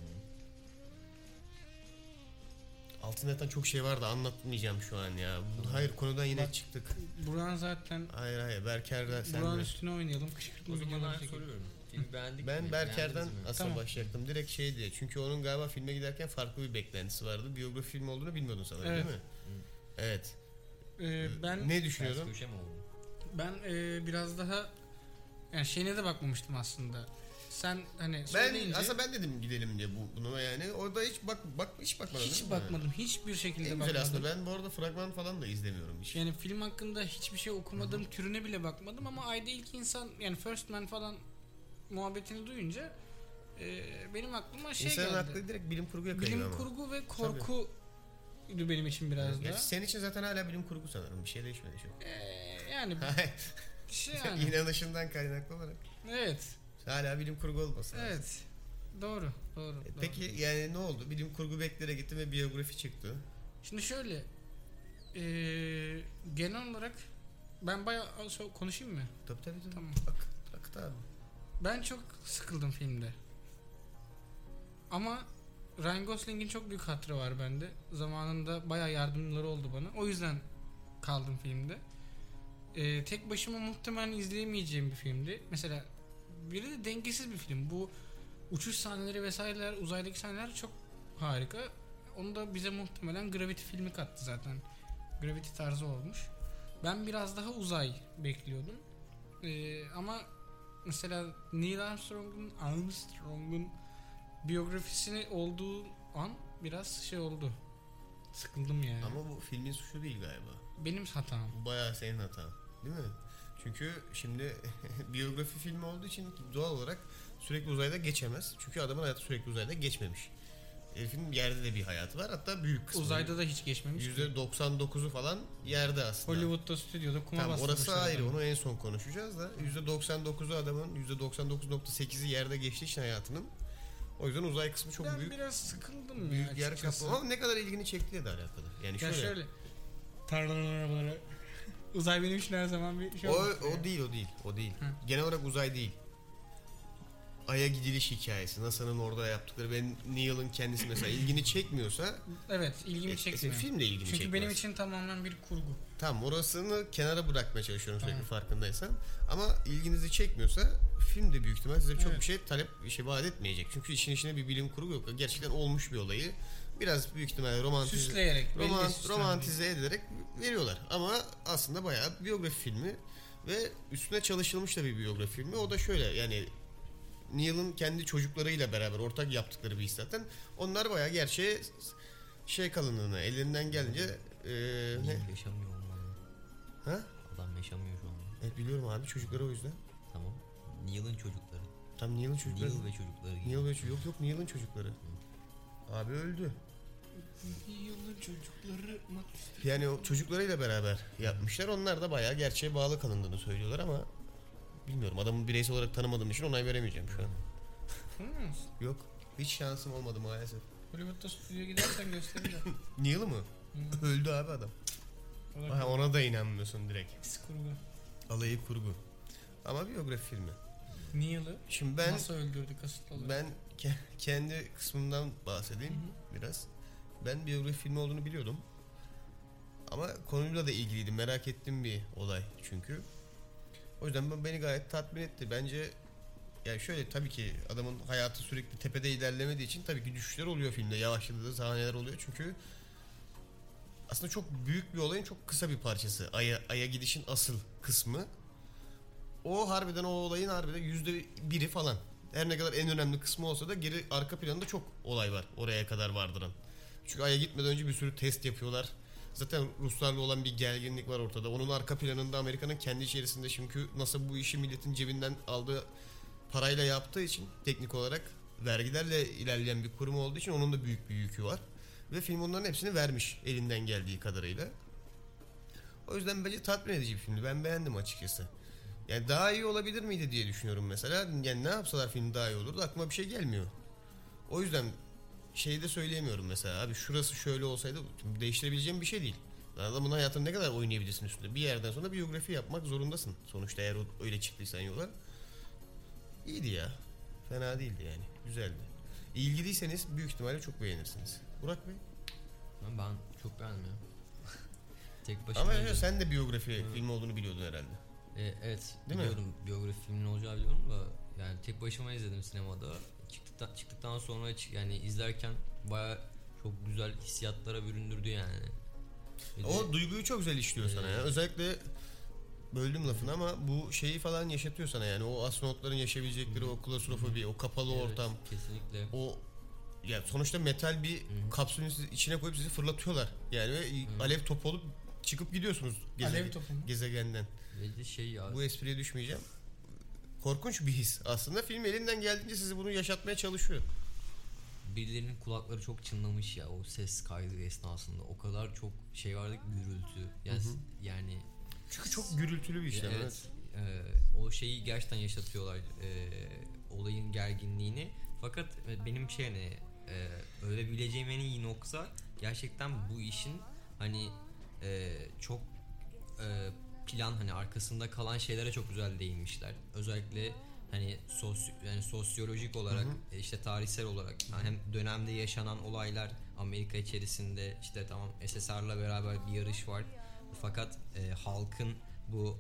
Altında yatan çok şey var da anlatmayacağım şu an ya. Hayır konudan yine Bak, çıktık. Buran zaten Hayır Berker'den sen Buranın de. üstüne oynayalım. Kışkırtma O zaman videoları ben çekelim. soruyorum. Filmi beğendik Ben mi? Berker'den Beğendiniz mi? aslında Tamam. başlayacaktım. Direkt şey diye. Çünkü onun galiba filme giderken farklı bir beklentisi vardı. Biyografi filmi olduğunu bilmiyordun sanırım Evet. değil mi? Evet. Ben Ne Ters düşünüyordun? köşe mi oldu? biraz daha yani şeyine de bakmamıştım aslında. Sen hani Ben söyleyince aslında ben dedim gidelim diye bunu yani. Orada hiç hiç bakmadın hiç değil mi? bakmadım. Hiçbir şekilde En güzel bakmadım. aslında. Ben bu arada fragman falan da izlemiyorum hiç. Yani film hakkında hiçbir şey okumadığım türüne bile bakmadım ama ayda ilk insan yani First Man falan muhabbetini duyunca benim aklıma şey İnsanın geldi. aklı direkt bilim kurguya kayıyor Bilim ama. kurgu ve korku benim için biraz Gerçi da. senin için zaten hala bilim kurgu sanırım. Bir şey değişmedi çok. Yani şey yani. İnanışından kaynaklı olarak. Evet. Hala bilim kurgu olmasın. Evet. Doğru. Doğru. Peki yani ne oldu? Bilim kurgu beklere gitti ve biyografi çıktı. Şimdi şöyle genel olarak ben bayağı konuşayım mı? Tabii. Tamam. Akıt abi. Ben çok sıkıldım filmde. Ama Ryan Gosling'in çok büyük hatırı var bende. Zamanında bayağı yardımları oldu bana. O yüzden kaldım filmde. Tek başıma muhtemelen izleyemeyeceğim bir filmdi. Mesela biri de dengesiz bir film. Bu uçuş sahneleri vesaireler, uzaydaki sahneler çok harika. Onu da bize muhtemelen Gravity filmi kattı zaten. Gravity tarzı olmuş. Ben biraz daha uzay bekliyordum. Ama mesela Neil Armstrong'un biyografisini olduğu an biraz şey oldu. Sıkıldım yani. Ama bu filmin suçu değil galiba. Benim hatam. Bu bayağı senin hatan. Değil mi? Çünkü şimdi biyografi filmi olduğu için doğal olarak sürekli uzayda geçemez. Çünkü adamın hayatı sürekli uzayda geçmemiş. Herifin yerde de bir hayatı var. Hatta büyük kısmı. Uzayda da hiç geçmemiş. %99'u falan yerde aslında. Hollywood'da stüdyoda kuma Tamam, bastırmışlar. orası ayrı. adamı. Onu en son konuşacağız da. %99'u adamın %99.8'i yerde geçtiği için hayatının. O yüzden uzay kısmı çok Ben büyük. biraz sıkıldım Büyük ya yer açıkçası. kaplama. Ama ne kadar ilgini çektiğiyle de alakalı. Yani Ya şöyle. şöyle Tarlaların arabaları. Uzay benim için her zaman bir şey O olmuş ya. o değil. Hı. Genel olarak uzay değil. Ay'a gidiliş hikayesi. NASA'nın orada yaptıkları ve Neil'ın kendisi mesela ilgini çekmiyorsa Evet, ilgimi çekmiyor. film de ilgini Çünkü çekmez. benim için tamamen bir kurgu. Tamam, orasını kenara bırakmaya çalışıyorum sürekli Tamam. farkındaysan. Ama ilginizi çekmiyorsa film de büyük ihtimal size çok Evet. bir şey vaat etmeyecek. Çünkü işin içine bir bilim kurgu yok. Gerçekten olmuş bir olayı biraz büyük ihtimalle Süsleyerek, belli süslenmeyi. romantize ederek veriyorlar. Ama aslında bayağı biyografi filmi ve üstüne çalışılmış da bir biyografi filmi. O da şöyle, yani Neil'ın kendi çocuklarıyla beraber ortak yaptıkları bir iş zaten. Onlar bayağı gerçeğe kalınlığına ellerinden gelince Neil yaşamıyor olmalı. ha? Adam yaşamıyor şu an. Evet biliyorum abi, çocukları o yüzden. Tamam. Neil'in çocukları. Tam Neil'ın çocukları. Neil ve çocukları gibi. Neil ve yok Neil'ın çocukları. Abi öldü. Yılın çocukları. Yani o çocuklarıyla beraber yapmışlar. Onlar da bayağı gerçeğe bağlı kalındığını söylüyorlar ama bilmiyorum. Adamı bireysel olarak tanımadığım için onay veremeyeceğim şu an. Tanımıyor musun? Yok. Hiç şansım olmadı maalesef. Hollywood'da stüdyoya gidersen gösterirler. Neil mı? Hı. Öldü abi adam. Aha, ona da inanmıyorsun direkt. Hepsi kurgu. Alayı kurgu. Ama biyografi filmi. Neil'ı Şimdi ben nasıl öldürdü kasıtlı olarak? Ben kendi kısmımdan bahsedeyim biraz. Ben biyografi filmi olduğunu biliyordum. Ama konuyla da ilgiliydi. Merak ettiğim bir olay çünkü. O yüzden beni gayet tatmin etti. Bence yani şöyle, tabii ki adamın hayatı sürekli tepede ilerlemediği için tabii ki düşüşler oluyor filmde. Yavaşladığı sahneler oluyor çünkü aslında çok büyük bir olayın çok kısa bir parçası. Ay'a gidişin asıl kısmı. O harbiden, o olayın harbiden %1'i falan. Her ne kadar en önemli kısmı olsa da arka planında çok olay var oraya kadar vardıran. Çünkü Ay'a gitmeden önce bir sürü test yapıyorlar. Zaten Ruslarla olan bir gerginlik var ortada. Onun arka planında Amerika'nın kendi içerisinde, çünkü NASA bu işi milletin cebinden aldığı parayla yaptığı için, teknik olarak vergilerle ilerleyen bir kurum olduğu için onun da büyük bir yükü var. Ve film onların hepsini vermiş elinden geldiği kadarıyla. O yüzden bence tatmin edici bir filmdi. Ben beğendim açıkçası. Yani daha iyi olabilir miydi diye düşünüyorum mesela. Yani ne yapsalar film daha iyi olurdu, aklıma bir şey gelmiyor. O yüzden şeyi de söyleyemiyorum mesela. Abi şurası şöyle olsaydı, değiştirebileceğim bir şey değil. Adamın hayatını ne kadar oynayabilirsin üstünde. Bir yerden sonra biyografi yapmak zorundasın. Sonuçta eğer öyle çıktıysan yola. İyiydi ya. Fena değildi yani. Güzeldi. İlgiliyseniz büyük ihtimalle çok beğenirsiniz. Burak Bey? Ben çok beğendim ya. Tek başına. Ama sen de biyografi filmi olduğunu biliyordun herhalde. Evet, Değil mi? biliyordum. Biyografi filminin olacağı biliyorum da yani tek başıma izledim sinemada. Çıktıktan sonra yani izlerken baya çok güzel hissiyatlara büründürdü yani. Bir O de, duyguyu çok güzel işliyor sana ya. Özellikle böldüm lafını ama bu şeyi falan yaşatıyor sana yani. O astronotların yaşayabilecekleri o klostrofobi, o kapalı evet, ortam. kesinlikle. O ya sonuçta metal bir kapsülün içine koyup sizi fırlatıyorlar. Yani ve alev topu olup çıkıp gidiyorsunuz Alev topu mu? gezegenden. Ve de şey ya. Bu espriye düşmeyeceğim. Korkunç bir his. Aslında film elinden geldiğince sizi bunu yaşatmaya çalışıyor. Birilerinin kulakları çok çınlamış ya o ses kaydı esnasında. O kadar çok şey vardı ki, gürültü. Yani Çünkü çok gürültülü bir işlem. evet. O şeyi gerçekten yaşatıyorlar. Olayın gerginliğini. Fakat benim hani öyle bileceğim en iyi nokta gerçekten bu işin hani çok plan, hani arkasında kalan şeylere çok güzel değinmişler. Özellikle hani sosyolojik olarak, işte tarihsel olarak, yani hem dönemde yaşanan olaylar, Amerika içerisinde işte tamam SSR'la beraber bir yarış var. Fakat halkın bu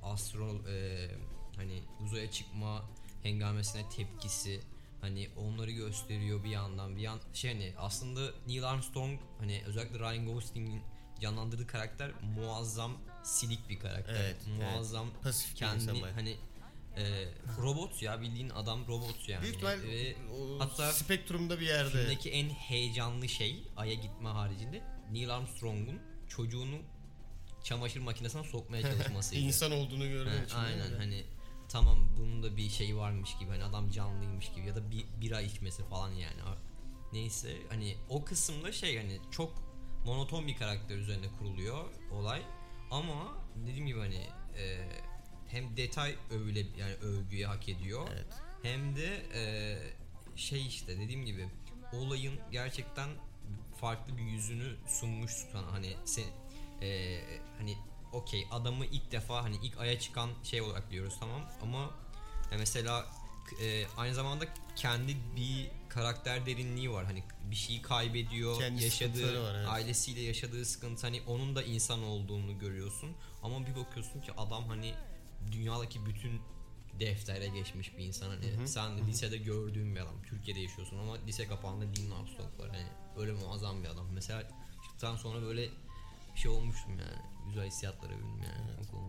hani uzaya çıkma hengamesine tepkisi, hani onları gösteriyor bir yandan. Hani aslında Neil Armstrong, hani özellikle Ryan Gosling'in canlandırdığı karakter muazzam silik bir karakter. Evet, muazzam evet. Pasif bir kendi insan bayağı. hani robot ya, bildiğin adam robot yani. Büyük ihtimal hatta spektrumda bir yerde. filmdeki en heyecanlı şey Ay'a gitme haricinde Neil Armstrong'un çocuğunu çamaşır makinesine sokmaya çalışmasıydı. İnsan olduğunu gördüğün için. Aynen, değil mi? hani tamam bunun da bir şey varmış gibi, hani adam canlıymış gibi, ya da bir bira içmesi falan yani. Neyse, hani o kısımda hani çok monoton bir karakter üzerine kuruluyor olay. Ama dediğim gibi hani hem detay yani övgüye hak ediyor. Evet. Hem de işte dediğim gibi olayın gerçekten farklı bir yüzünü sunmuş sana. Hani hani okey, adamı ilk defa hani ilk aya çıkan şey olarak biliyoruz, tamam, ama mesela aynı zamanda kendi bir karakter derinliği var. Hani bir şeyi kaybediyor, Kendi sıkıntıları var, evet. ailesiyle yaşadığı sıkıntı, hani onun da insan olduğunu görüyorsun. Ama bir bakıyorsun ki adam hani dünyadaki bütün deftere geçmiş bir insan. Hani sen de lisede gördüğün bir adam. Türkiye'de yaşıyorsun ama lise kapağında Neil Armstrong var. Hani öyle muazzam bir adam. Mesela çıktıktan sonra böyle şey olmuştum yani. Güzel hissiyatlara büründüm yani. Evet. O konu.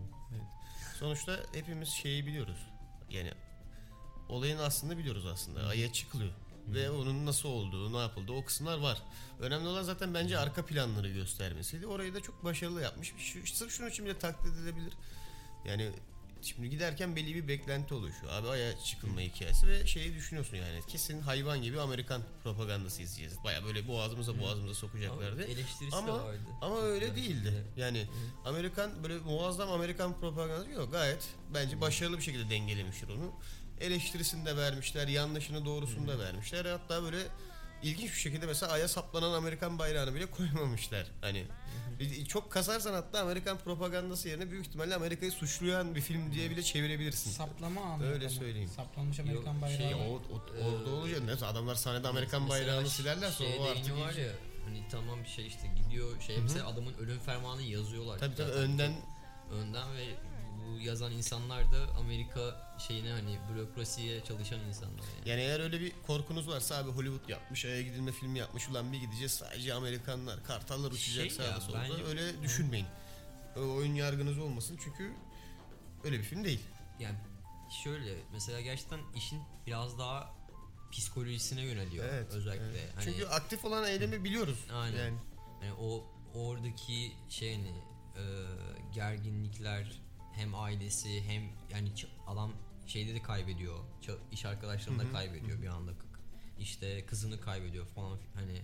Sonuçta hepimiz şeyi biliyoruz. Yani olayın aslında biliyoruz aslında. Ay'a çıkılıyor. Ve onun nasıl olduğu, ne yapıldığı, o kısımlar var. Önemli olan zaten bence arka planları göstermesiydi. Orayı da çok başarılı yapmış. Sırf şunun için bile taklit edilebilir. Yani şimdi giderken belli bir beklenti oluşuyor. Abi Ay'a çıkılma hikayesi ve şeyi düşünüyorsun yani. Kesin hayvan gibi Amerikan propagandası izleyeceğiz. Baya böyle boğazımıza sokacaklardı. Eleştirisi de Ama vardı. ama öyle değildi. Yani Amerikan böyle muazzam Amerikan propagandası yok. Gayet bence başarılı bir şekilde dengelemişler onu. Eleştirisini de vermişler, yanlışını doğrusunu da vermişler. Hatta böyle ilginç bir şekilde mesela Ay'a saplanan Amerikan bayrağını bile koymamışlar. Hani çok kasarsan hatta Amerikan propagandası yerine büyük ihtimalle Amerika'yı suçlayan bir film diye bile çevirebilirsin. Saplama anı. Öyle söyleyeyim. Saplanmış Amerikan Yok, bayrağı. şey, Orada olacak. Neyse adamlar sahnede Amerikan Mesela bayrağını silerlerse şey o artık deyimi var ya, hani tamam bir şey işte gidiyor şey, mesela adamın ölüm fermanı yazıyorlar. Tabii zaten. önden ve bu yazan insanlar da Amerika şeyine, hani bürokrasiye çalışan insanlar yani. Yani eğer öyle bir korkunuz varsa abi Hollywood yapmış, Ay'a gidilme filmi yapmış, ulan bir gideceğiz sadece Amerikanlar, kartallar uçacak Şey ya, sağda solda, bence- öyle düşünmeyin. Oyun yargınız olmasın çünkü öyle bir film değil. Yani şöyle mesela gerçekten işin biraz daha psikolojisine yöneliyor özellikle. evet. Hani, Çünkü aktif olan eylemi biliyoruz. aynen. Yani. Hani o oradaki şey hani gerginlikler, hem ailesi hem yani adam şeyde de kaybediyor. İş arkadaşlarını da kaybediyor bir anda. İşte kızını kaybediyor falan, hani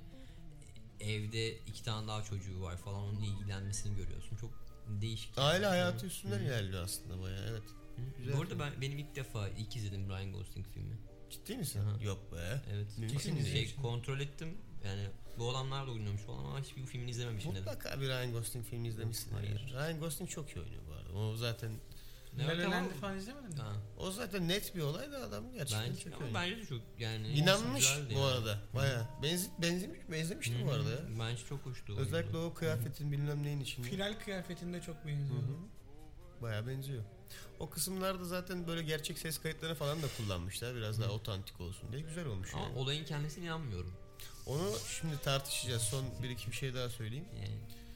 evde 2 tane daha çocuğu var falan, onunla ilgilenmesini görüyorsun. Çok değişik. Aile hayatı üstünden ilerliyor aslında bayağı, evet. Güzel Bu arada film. benim ilk izledim Ryan Gosling filmi. Ciddi misin? Aha. Yok be. Evet. Mümkün Şey, değil. kontrol ettim. Yani bu adamlar da oynuyormuş falan ama hiçbir filmini izlememişim dedim. Mutlaka bir Ryan Gosling filmi izlemişsin. Hayır. Ryan Gosling çok iyi oynuyor bu arada. O zaten La La tamam. Land'i falan izlemedin mi? Ha, o zaten net bir olay da adam gerçekten bence, çok iyi ama oynuyor. bence de çok yani İnanmış güzeldi bu yani. arada. Bayağı. Benzemişti bu arada ya. Bence çok hoştu. Özellikle o kıyafetin bilmem neyin içinde. Final kıyafetinde çok benziyor. Bayağı benziyor. O kısımlarda zaten böyle gerçek ses kayıtları falan da kullanmışlar. Biraz daha otantik olsun diye. Güzel olmuş Ama yani. olayın kendisine inanmıyorum. Onu şimdi tartışacağız. Son bir iki bir şey daha söyleyeyim. Yani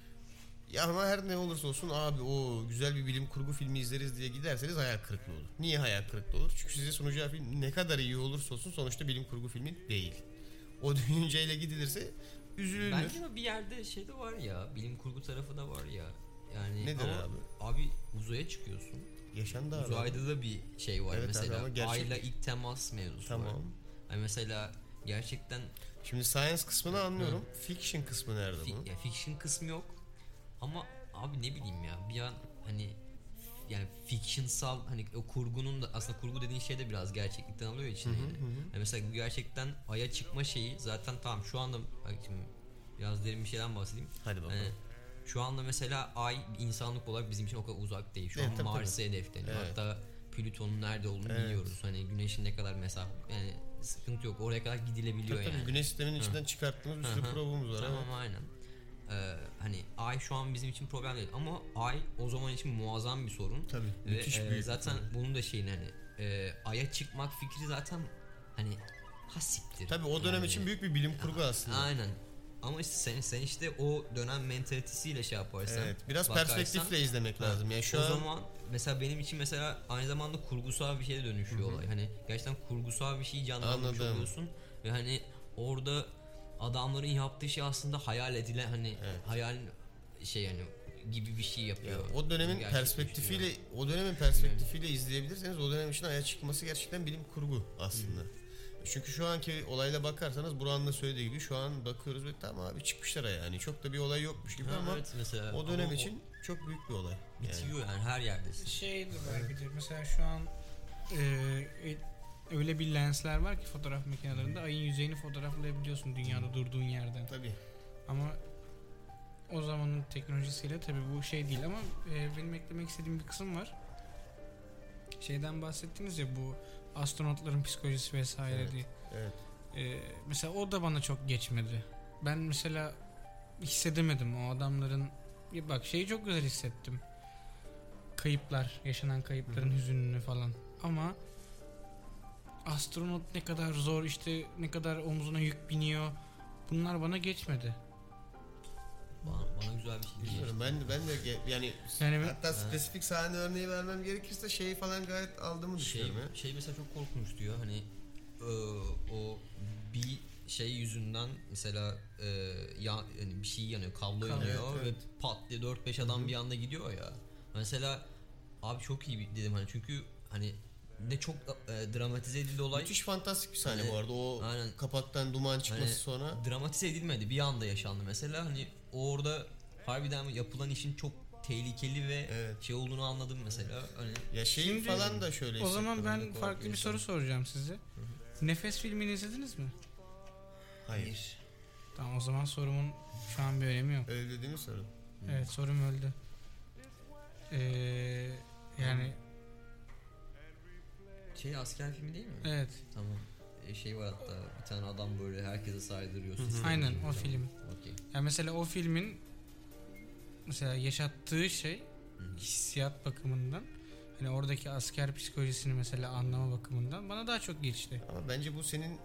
Ya ama her ne olursa olsun abi o güzel bir bilim kurgu filmi izleriz diye giderseniz hayal kırıklığı olur. Niye hayal kırıklığı olur? Çünkü size sunacağı film ne kadar iyi olursa olsun sonuçta bilim kurgu filmi değil. O düşünceyle gidilirse üzülünür. bence ama bir yerde şey de var ya, bilim kurgu tarafı da var ya. Yani Nedir ama abi uzaya çıkıyorsun. Yaşandı abi. Uzayda da bir şey var Evet abi mesela. ama gerçek- Ayla ilk temas mevzusu var. Tamam. Yani mesela gerçekten Şimdi science kısmını anlıyorum. Fiction kısmı nerede bunun? ya fiction kısmı yok. Ama abi ne bileyim ya, bir an hani yani fictionsal, hani o kurgunun da aslında, kurgu dediğin şey de biraz gerçeklikten alıyor içine yani. Yani mesela bu gerçekten Ay'a çıkma şeyi zaten tamam, şu anda bak şimdi biraz derin bir şeyden bahsedeyim. Hadi bakalım. Hani şu anda mesela Ay insanlık olarak bizim için o kadar uzak değil. Şu Evet, an tabii, Mars'ı hedefleniyor. Evet. Hatta Plüton'un nerede olduğunu Evet. biliyoruz. Hani Güneş'in ne kadar mesafe, yani sıkıntı yok. Oraya kadar gidilebiliyor Tabii, yani. güneş sisteminin içinden çıkarttığımız bir sürü Hı hı. probumuz var. Tamam, Evet. aynen. Hani Ay şu an bizim için problem değil ama Ay o zaman için muazzam bir sorun. Tabii. Ve, Müthiş büyük. zaten bunun da şeyini hani Ay'a çıkmak fikri zaten hani hasiptir. Tabii o dönem Yani, için büyük bir bilim kurgu aslında. aynen. Ama işte sen işte o dönem mentalitesiyle şey yaparsan, Evet. Biraz bakarsan, perspektifle izlemek lazım. Yani şu o an zaman mesela benim için mesela aynı zamanda kurgusal bir şeye dönüşüyor olay. Hani gerçekten kurgusal bir şeyi canlandırmış Anladım. oluyorsun ve hani orada adamların yaptığı şey aslında hayal edilen, hani hayal şey yani gibi bir şey yapıyor. o dönemin perspektifiyle izleyebilirseniz o dönem için Ay'a çıkması gerçekten bilim kurgu aslında. Çünkü şu anki olayla bakarsanız Burak'ın da söylediği gibi şu an bakıyoruz ve tamam abi çıkmışlar Ay'a. Yani çok da bir olay yokmuş gibi ama evet, mesela o dönem ama için çok büyük bir olay. Yani. bitiyor yani her yerdesin. Şeydir belki de mesela şu an öyle bir lensler var ki fotoğraf makinelerinde ayın yüzeyini fotoğraflayabiliyorsun dünyada durduğun yerden. Tabii. Ama o zamanın teknolojisiyle tabii bu şey değil ama benim eklemek istediğim bir kısım var. Şeyden bahsettiniz ya, bu astronotların psikolojisi vesaire Evet. diye. Evet. Mesela o da bana çok geçmedi. Ben mesela hissedemedim o adamların. Bak şeyi çok güzel hissettim. Kayıplar, yaşanan kayıpların hüzününü falan. Ama astronot ne kadar zor, işte ne kadar omzuna yük biniyor. Bunlar bana geçmedi. Bana güzel bir şey değil. Bilmiyorum, ben de yani Yani hatta spesifik sahne örneği vermem gerekirse şeyi falan gayet aldığımı düşünüyorum ya. Şey mesela çok korkunç diyor. Hani o bir şey yüzünden mesela yani bir şey yanıyor, kablo yanıyor evet. ve pat diye 4-5 adam bir anda gidiyor ya. Mesela abi çok iyi dedim hani, çünkü hani ne çok dramatize edildi olay. Müthiş fantastik bir sahne Hani, bu arada. O aynen. kapaktan duman çıkması Hani sonra. dramatize edilmedi, bir anda yaşandı mesela. Hani orada harbiden yapılan işin çok tehlikeli ve Evet. şey olduğunu anladım mesela. Hani Ya şeyin Şimdi falan da şöyle o zaman hissettim, ben öyle farklı bir korkuyorsam. soru soracağım size. Nefes filmini izlediniz mi? Hayır. Tamam, o zaman sorumun şu an bir önemi yok. Öyle değil mi sorun? Evet, sorum öldü. Yani şey asker filmi değil mi? evet, Tamam. Şey var hatta, bir tane adam böyle herkese saydırıyor. aynen o film. Okey. Ya mesela o filmin mesela yaşattığı şey hissiyat bakımından, hani oradaki asker psikolojisini mesela anlama bakımından bana daha çok geçti. Ama bence bu senin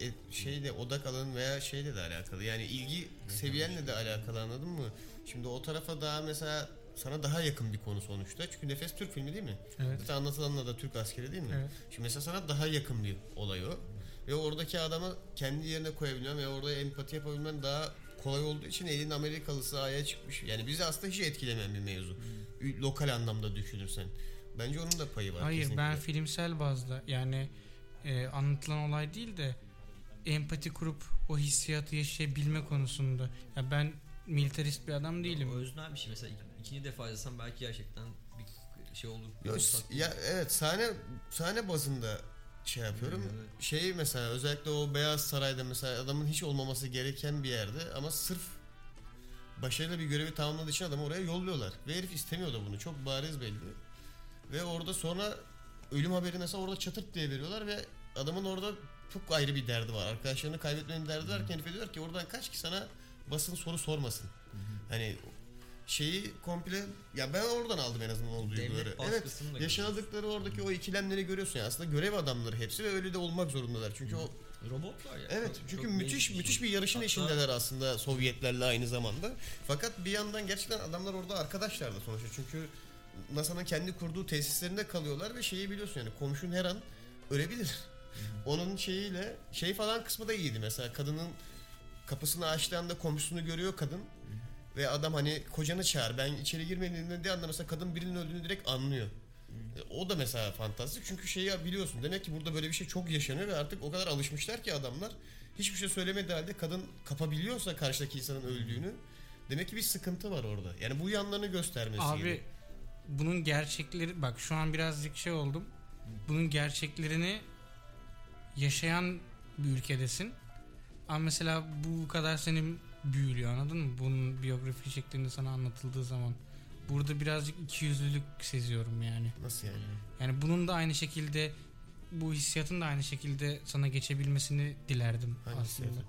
şeyle odak alanın veya şeyle de alakalı. Yani ilgi seviyenle de alakalı, anladın mı? Şimdi o tarafa daha mesela sana daha yakın bir konu sonuçta. Çünkü Nefes Türk filmi değil mi? Evet. Zaten anlatılanla da Türk askeri değil mi? Evet. Şimdi mesela sana daha yakın bir olay o. Ve oradaki adamı kendi yerine koyabilmen ve orada empati yapabilmen daha kolay olduğu için elin Amerikalısı sahaya çıkmış. Yani bizi aslında hiç etkilemeyen bir mevzu. Lokal anlamda düşünürsen. Bence onun da payı var. Hayır, kesinlikle. ben filmsel bazda, yani anlatılan olay değil de empati kurup o hissiyatı yaşayabilme konusunda. Ya ben militarist bir adam O değilim. öznel bir şey. Mesela ikinci defa izlesem belki gerçekten bir şey olur. Ya evet, sahne bazında şey yapıyorum. Evet. Şey mesela özellikle o Beyaz Saray'da mesela adamın hiç olmaması gereken bir yerde ama sırf başarılı bir görevi tamamladığı için adamı oraya yolluyorlar. Ve herif istemiyor da bunu. Çok bariz belli. Ve orada sonra ölüm haberi mesela orada çatırt diye veriyorlar ve adamın orada çok ayrı bir derdi var. Arkadaşlarını kaybetmenin derdi varken herif diyor ki oradan kaç ki sana basın soru sormasın. Hani şeyi komple, ya ben oradan aldım en azından o duyguları. Devlet Evet, baskısını da yaşadıkları oradaki o ikilemleri görüyorsun ya. Aslında görev adamları hepsi ve öyle de olmak zorundalar. Çünkü o robotlar ya. evet, Çok- çünkü çok müthiş bir yarışın Hatta- eşindeler aslında Sovyetlerle aynı zamanda. Fakat bir yandan gerçekten adamlar orada arkadaşlar da sonuçta. Çünkü NASA'nın kendi kurduğu tesislerinde kalıyorlar ve şeyi biliyorsun yani komşun her an ölebilir. Onun şeyiyle şey falan kısmı da iyiydi mesela, kadının kapısını açtığı anda komşusunu görüyor kadın. Ve adam hani kocanı çağır, ben içeri girmediğinde dediği anda mesela kadın birinin öldüğünü direkt anlıyor. O da mesela fantastik çünkü şeyi biliyorsun, demek ki burada böyle bir şey çok yaşanıyor ve artık o kadar alışmışlar ki adamlar hiçbir şey söylemediği halde kadın kapabiliyorsa karşıdaki insanın öldüğünü, demek ki bir sıkıntı var orada. Yani bu yanlarını göstermesi Abi gibi. bunun gerçekleri, bak şu an birazcık şey oldum. Bunun gerçeklerini yaşayan bir ülkedesin. Ama mesela bu kadar senin büyülüyor, anladın mı? Bunun biyografi şeklinde sana anlatıldığı zaman. Burada birazcık ikiyüzlülük seziyorum yani. Nasıl yani? Yani bunun da aynı şekilde, bu hissiyatın da aynı şekilde sana geçebilmesini dilerdim Hangisi aslında.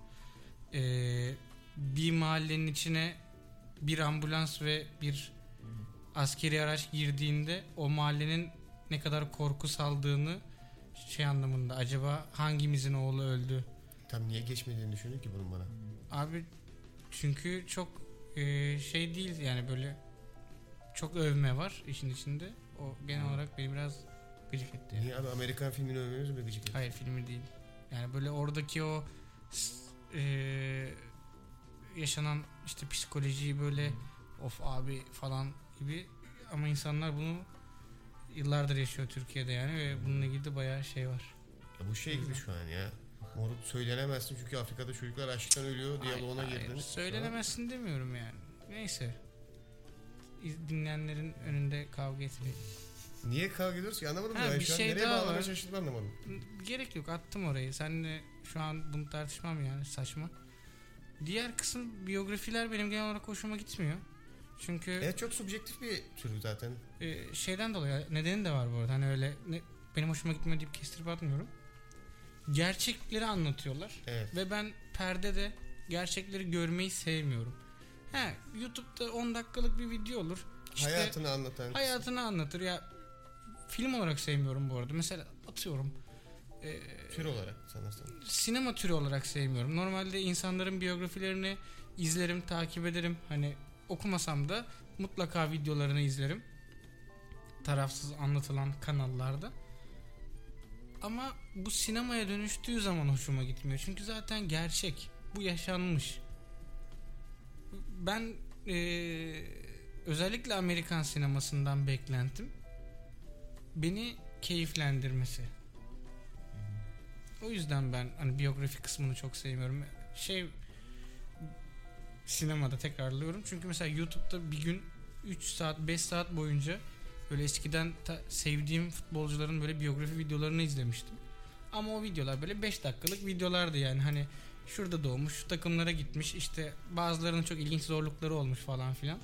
Bir mahallenin içine bir ambulans ve bir askeri araç girdiğinde o mahallenin ne kadar korku saldığını şey anlamında, acaba hangimizin oğlu öldü? Tam niye geçmediğini düşünüyor ki bunun bana? Abi çünkü çok şey değil yani, böyle çok övme var işin içinde. O genel olarak beni biraz gıcık etti. Yani. Niye abi, Amerikan filmini övmeniz mi gıcık etti? Hayır, filmi değil. Yani böyle oradaki o yaşanan işte psikolojiyi böyle of abi falan gibi, ama insanlar bunu yıllardır yaşıyor Türkiye'de yani ve bununla ilgili de bayağı şey var. Ya bu şey gibi şu an ya. Moruk söylenemezsin çünkü Afrika'da çocuklar açlıktan ölüyor diyaloğuna Hayır, girdiniz. söylenemezsin demiyorum yani. Neyse. Dinleyenlerin önünde kavga etmeyin. Niye kavga ediyoruz ki, anlamadım Ha, ben bir şu an şey nereye daha bağlamaya var. çalıştığını anlamadım. Gerek yok, attım orayı. Seninle şu an bunu tartışmam yani, saçma. Diğer kısım biyografiler benim genel olarak hoşuma gitmiyor. Çünkü Evet, çok subjektif bir tür zaten. şeyden dolayı, nedeni de var bu arada. Hani öyle benim hoşuma gitmiyor deyip kestirip atmıyorum. Gerçekleri anlatıyorlar. Evet. Ve ben perdede gerçekleri görmeyi sevmiyorum. YouTube'da 10 dakikalık bir video olur. İşte Hayatını anlatan. hayatını anlatır ya. Film olarak sevmiyorum bu arada. Mesela atıyorum. Tür olarak sanırsam. Sinema türü olarak sevmiyorum. Normalde insanların biyografilerini izlerim, takip ederim. Hani okumasam da mutlaka videolarını izlerim. Tarafsız anlatılan kanallarda. Ama bu sinemaya dönüştüğü zaman hoşuma gitmiyor. Çünkü zaten gerçek. Bu yaşanmış. Ben özellikle Amerikan sinemasından beklentim beni keyiflendirmesi. O yüzden ben hani biyografi kısmını çok sevmiyorum. Sinemada tekrarlıyorum. Çünkü mesela YouTube'da bir gün 3 saat 5 saat boyunca böyle eskiden sevdiğim futbolcuların böyle biyografi videolarını izlemiştim. Ama o videolar böyle 5 dakikalık videolardı yani. Hani şurada doğmuş, şu takımlara gitmiş, işte bazılarının çok ilginç zorlukları olmuş falan filan.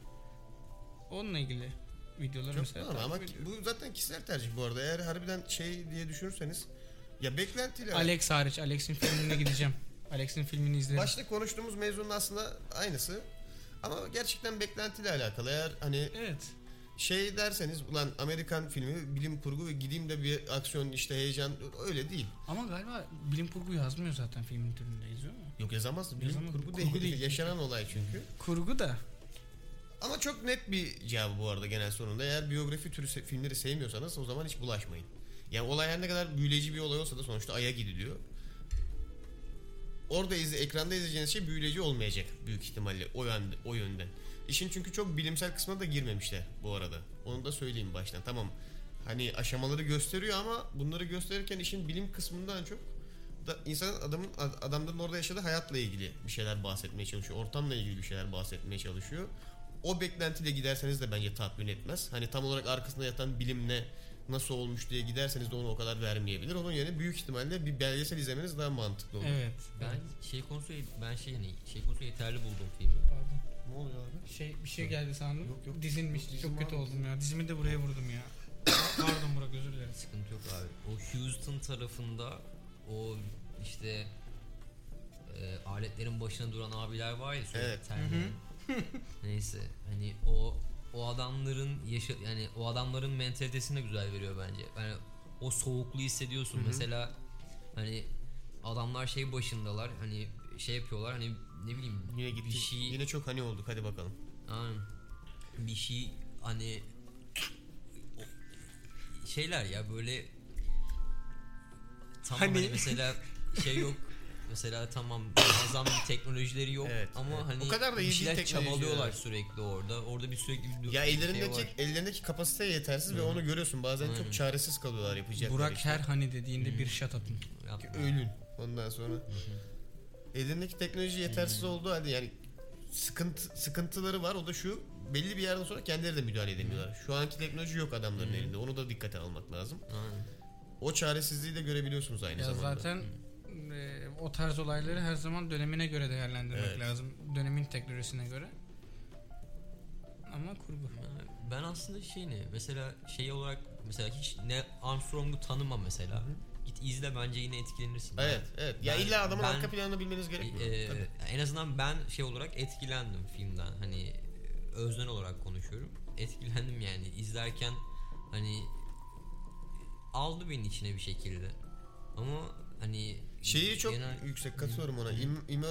Onunla ilgili videolar Çok mesela. normal ama takip ediyorum. bu zaten kişisel tercih bu arada. Eğer harbiden şey diye düşünürseniz ya beklentiyle. Alex hariç, Alex'in filmine gideceğim. Alex'in filmini izlerim. Başta konuştuğumuz mevzunun aslında aynısı. Ama gerçekten beklentiyle alakalı. Eğer hani Evet. şey derseniz ulan Amerikan filmi bilim kurgu ve gideyim de bir aksiyon işte heyecan, öyle değil. Ama galiba bilim kurgu yazmıyor zaten filmin türünde, yazıyor mu? Yok, yazamaz. Bilim Yazamaz. kurgu Kurgu değil. değil. Yaşanan olay çünkü. Kurgu da. Ama çok net bir cevabı bu arada genel sonunda. Eğer biyografi türü filmleri sevmiyorsanız o zaman hiç bulaşmayın. Yani olay her ne kadar büyüleyici bir olay olsa da sonuçta Ay'a gidiliyor. Orada ekranda izleyeceğiniz şey büyüleyici olmayacak büyük ihtimalle o yönden. İşin çünkü çok bilimsel kısmına da girmemişler bu arada. Onu da söyleyeyim baştan. Tamam. Hani aşamaları gösteriyor ama bunları gösterirken işin bilim kısmından çok da adamların orada yaşadığı hayatla ilgili bir şeyler bahsetmeye çalışıyor. Ortamla ilgili bir şeyler bahsetmeye çalışıyor. O beklentiyle giderseniz de bence tatmin etmez. Hani tam olarak arkasında yatan bilim ne, nasıl olmuş diye giderseniz de onu o kadar vermeyebilir. Onun yerine büyük ihtimalle bir belgesel izlemeniz daha mantıklı olur. Evet. Ben şey konusunda yeterli buldum filmi. Pardon. Ne oluyor abi? Bir şey geldi sandım. Yok. Dizilmiş. Dizim Çok kötü abi. oldum ya. Dizimi de buraya vurdum ya. Pardon Burak, özür dilerim. Sıkıntı yok abi. O Houston tarafında o işte aletlerin başına duran abiler var ya, sürekli Evet. terleyen. Neyse, hani o adamların yani o adamların mentalitesini de güzel veriyor bence. Yani o soğukluğu hissediyorsun. Mesela hani adamlar şey başındalar, hani şey yapıyorlar, hani ne bileyim, Yine gitti. bir şey, Yine çok hani olduk. Hadi bakalım. bir şey hani şeyler ya böyle tamam hani mesela şey yok. Mesela tamam muazzam bir teknolojileri yok, Evet, ama evet. hani O kadar da iyi bir şeyler değil teknoloji çabalıyorlar ya. sürekli orada. Orada bir sürekli bir Ya şey ellerindeki kapasite yetersiz ve onu görüyorsun. Bazen çok çaresiz kalıyorlar yapacakları Burak işte. her hani dediğinde bir şat atın. yapma. Ölün. Ondan sonra ellerindeki teknoloji yetersiz olduğu halde yani sıkıntıları var. O da şu: belli bir yerden sonra kendileri de müdahale edemiyorlar. Şu anki teknoloji yok adamların elinde. Onu da dikkate almak lazım. Aynen. O çaresizliği de görebiliyorsunuz aynı Ya zamanda. zaten o tarz olayları her zaman dönemine göre değerlendirmek Evet. lazım. Dönemin teknolojisine göre. Ama kurgu. Ben aslında mesela şey olarak, mesela hiç ne Armstrong'u tanıma mesela. Git izle, bence yine etkilenirsin. Evet. Ya illa adamın arka planını bilmeniz gerekmiyor. Tabii. En azından ben şey olarak etkilendim filmden. Hani öznel olarak konuşuyorum. Etkilendim yani izlerken, hani aldı beni içine bir şekilde. Ama hani Şeyi çok yüksek katılıyorum ona.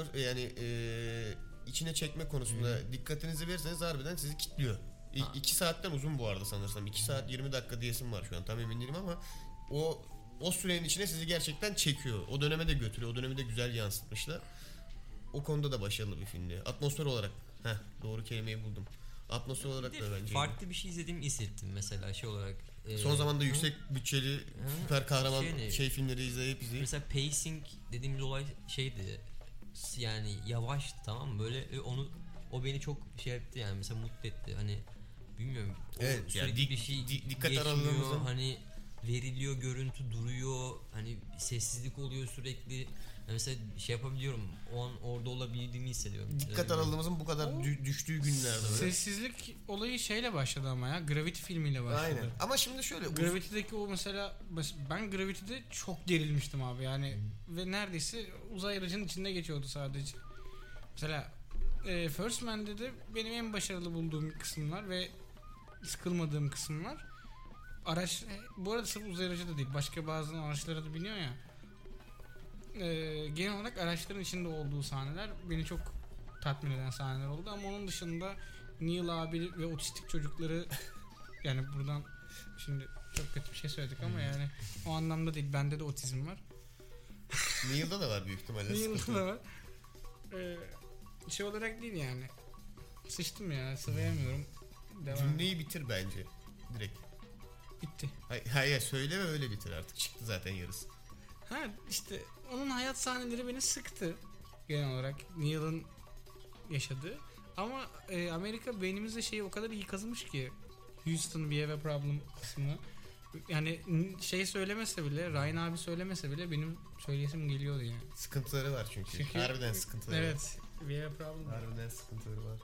İçine çekme konusunda dikkatinizi verirseniz harbiden sizi kilitliyor. 2 saatten uzun bu arada sanırsam. 2 saat 20 dakika diyesim var şu an. Tam emin değilim ama o sürenin içine sizi gerçekten çekiyor. O döneme de götürüyor. O dönemi de güzel yansıtmışlar. O konuda da başarılı bir filmdi. Atmosfer olarak. Doğru kelimeyi buldum. Atmosfer olarak da bence. farklı bir şey izlediğimi hissettim mesela şey olarak. Son zamanda yüksek bütçeli süper kahraman filmleri izleyip mesela pacing dediğimiz olay şeydi, yani yavaştı, tamam mı, böyle o beni çok şey etti yani, mesela mutlu etti, hani bilmiyorum, evet, sürekli yani bir şey dikkat geçmiyor, aralığımızın hani veriliyor, görüntü duruyor, hani sessizlik oluyor sürekli. Yani mesela şey yapabiliyorum, o an orada olabildiğimi hissediyorum. Dikkat aralığımızın bu kadar düştüğü günlerde böyle. Sessizlik olayı şeyle başladı ama ya. Gravity filmiyle başladı. Aynen. Ama şimdi şöyle Gravity'deki o mesela ben Gravity'de çok gerilmiştim abi yani ve neredeyse uzay aracının içinde geçiyordu sadece. Mesela First Man'de de benim en başarılı bulduğum kısımlar ve sıkılmadığım kısımlar araç, bu arada sırf uzay aracı da değil, başka bazı araçlara da biniyor ya. Genel olarak araçların içinde olduğu sahneler beni çok tatmin eden sahneler oldu ama onun dışında Neil abi ve otistik çocukları yani buradan şimdi çok kötü bir şey söyledik ama yani o anlamda değil, bende de otizm var. Neil'da da var büyük ihtimalle. Neil'da da var. Şey olarak değil yani. Sıçtım ya, sıvayamıyorum. Devam. Cümleyi bitir bence. Direkt. Bitti. Hayır söyle ve öyle bitir artık. Çıktı zaten yarısı. Ha işte onun hayat sahneleri beni sıktı. Genel olarak Neil'ın yaşadığı. Ama Amerika beynimizde şeyi o kadar iyi kazımış ki Houston we have a problem kısmını. Yani şey söylemese bile, Ryan abi söylemese bile benim söyleyesim geliyordu yani. Sıkıntıları var çünkü. Harbiden sıkıntıları var. Evet. We have a problem. Harbiden sıkıntıları var.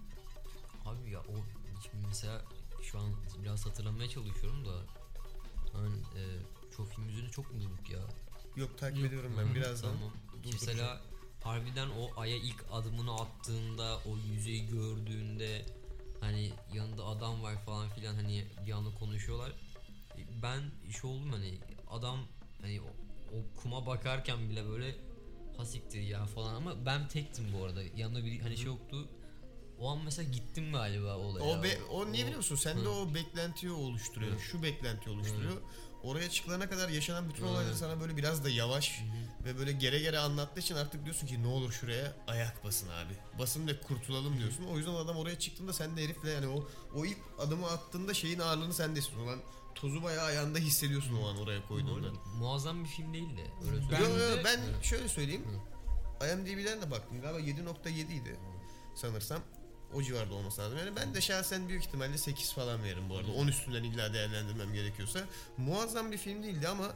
Abi ya o şimdi mesela şu an biraz hatırlamaya çalışıyorum da hani çok film yüzünü çok mu durduk ya? Yok takip ediyorum ben birazdan. Tamam. Mesela harbiden o aya ilk adımını attığında, o yüzeyi gördüğünde hani yanında adam var falan filan, hani bir anda konuşuyorlar. Ben iş oldum, hani adam hani o kuma bakarken bile böyle hasiktir ya falan, ama ben tektim bu arada. Yanında bir hani şey yoktu. O an mesela gittim galiba olaya. O niye biliyor musun? Sende o beklentiyi oluşturuyor. Şu beklentiyi oluşturuyor. Oraya çıkılana kadar yaşanan bütün olayları sana böyle biraz da yavaş ve böyle gere gere anlattığı için artık diyorsun ki ne olur şuraya ayak basın abi. Basın ve kurtulalım diyorsun. O yüzden adam oraya çıktığında sen de herifle yani o ilk adımı attığında şeyin ağırlığını sen de hissediyorsun. Ulan tozu bayağı ayağında hissediyorsun o an oraya koyduğunda. Muazzam bir film değil de öyle söyleyeyim. Ben şöyle söyleyeyim. IMDb'den de baktım galiba 7.7 idi sanırsam. O civarda olması lazım. Yani ben de şahsen büyük ihtimalle 8 falan veririm bu arada. 10 üstünden illa değerlendirmem gerekiyorsa. Muazzam bir film değildi ama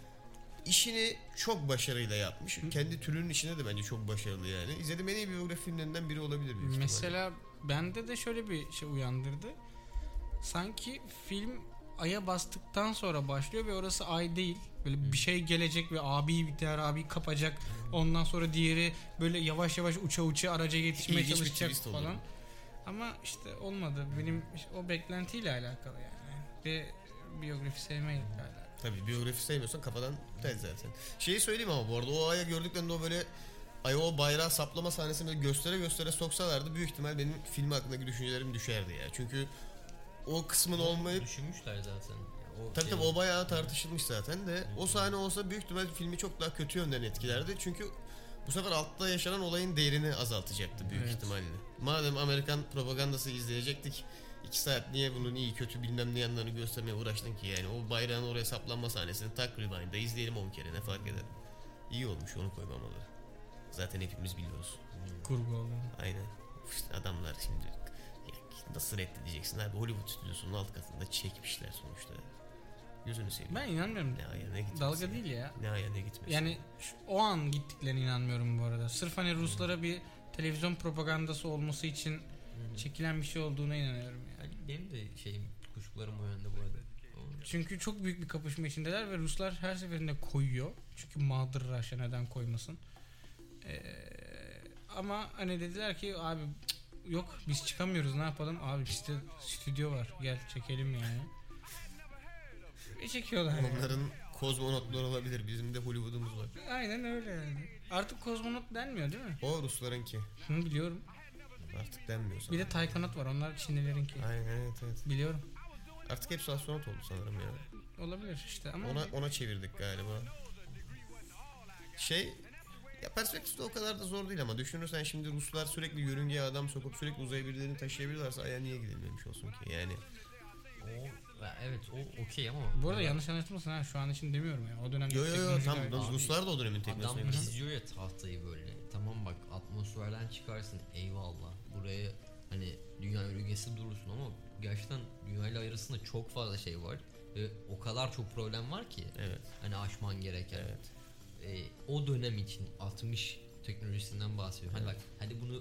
işini çok başarıyla yapmış. Kendi türünün içinde de bence çok başarılı yani. İzlediğim en iyi biyografi filmlerinden biri olabilir büyük ihtimalle. Mesela bende de şöyle bir şey uyandırdı. Sanki film aya bastıktan sonra başlıyor ve orası ay değil. Böyle bir şey gelecek ve bir diğer abi kapacak. Ondan sonra diğeri böyle yavaş yavaş uça araca yetişmeye İlginç bir çalışacak twist falan. olur. Ama işte olmadı. Benim o beklentiyle alakalı yani. Ve biyografi sevmeyle alakalı. Tabii biyografi sevmiyorsan kafadan tel zaten. Şeyi söyleyeyim ama bu arada o aya gördüklerinde o böyle aya o bayrağı saplama sahnesini böyle göstere soksalardı büyük ihtimal benim film hakkındaki düşüncelerim düşerdi ya. Çünkü o kısmın olmayıp Düşünmüşler zaten. Tabii o bayağı tartışılmış zaten de o sahne olsa büyük ihtimal filmi çok daha kötü yönden etkilerdi. Çünkü bu sefer altta yaşanan olayın değerini azaltacaktı büyük ihtimalle. Madem Amerikan propagandası izleyecektik 2 saat niye bunun iyi kötü bilmem ne yanlarını göstermeye uğraştın ki yani o bayrağın oraya saplanma sahnesini tak rewind'da izleyelim 10 kere ne fark eder. İyi olmuş onu koymamaları. Zaten hepimiz biliyoruz. Kurgu oldu. Aynen. İşte adamlar şimdi ya nasıl reddedeceksin abi Hollywood stüdyosunun alt katında çekmişler sonuçta. Gözünü seveyim. Ben inanmıyorum. Ne aya ne gitmesi. Dalga değil ya. Ne aya ne gitmesi. Yani o an gittiklerine inanmıyorum bu arada. Sırf hani Ruslara bir televizyon propagandası olması için çekilen bir şey olduğuna inanıyorum yani. Benim de kuşkularım o yönde bu arada. Çünkü çok büyük bir kapışma içindeler ve Ruslar her seferinde koyuyor. Çünkü mağdur Rusya neden koymasın. Ama hani dediler ki abi yok biz çıkamıyoruz ne yapalım abi işte stüdyo var gel çekelim yani. Ve çekiyorlar. Onların kozmonotlar olabilir. Bizim de Hollywood'umuz var. Aynen öyle yani. Artık kozmonot denmiyor değil mi? O Ruslarınki. Biliyorum. Artık denmiyor sana. Bir de taykonot var. Onlar Çinlilerinki. Aynen evet. Biliyorum. Artık hepsi astronot oldu sanırım ya. Olabilir işte ama Ona çevirdik galiba. Ya perspektifte o kadar da zor değil ama düşünürsen şimdi Ruslar sürekli yörüngeye adam sokup sürekli uzaya birilerini taşıyabilirlerse aya niye gidilmemiş olsun ki yani. Evet o okey ama. Bu arada yanlış anlaşılmasın ha şu an için demiyorum ya. O dönemde Yo tam Abi, Ruslar da o dönemin teknolojisine adam göre. çiziyor ya tahtayı böyle. Tamam bak atmosferden çıkarsın eyvallah. Buraya hani dünya yörüngesi durursun ama gerçekten dünya ile arasında çok fazla şey var. O kadar çok problem var ki. Evet. Hani aşman gereken. Evet. O dönem için 60 teknolojisinden bahsediyorum. Hani bak hadi bunu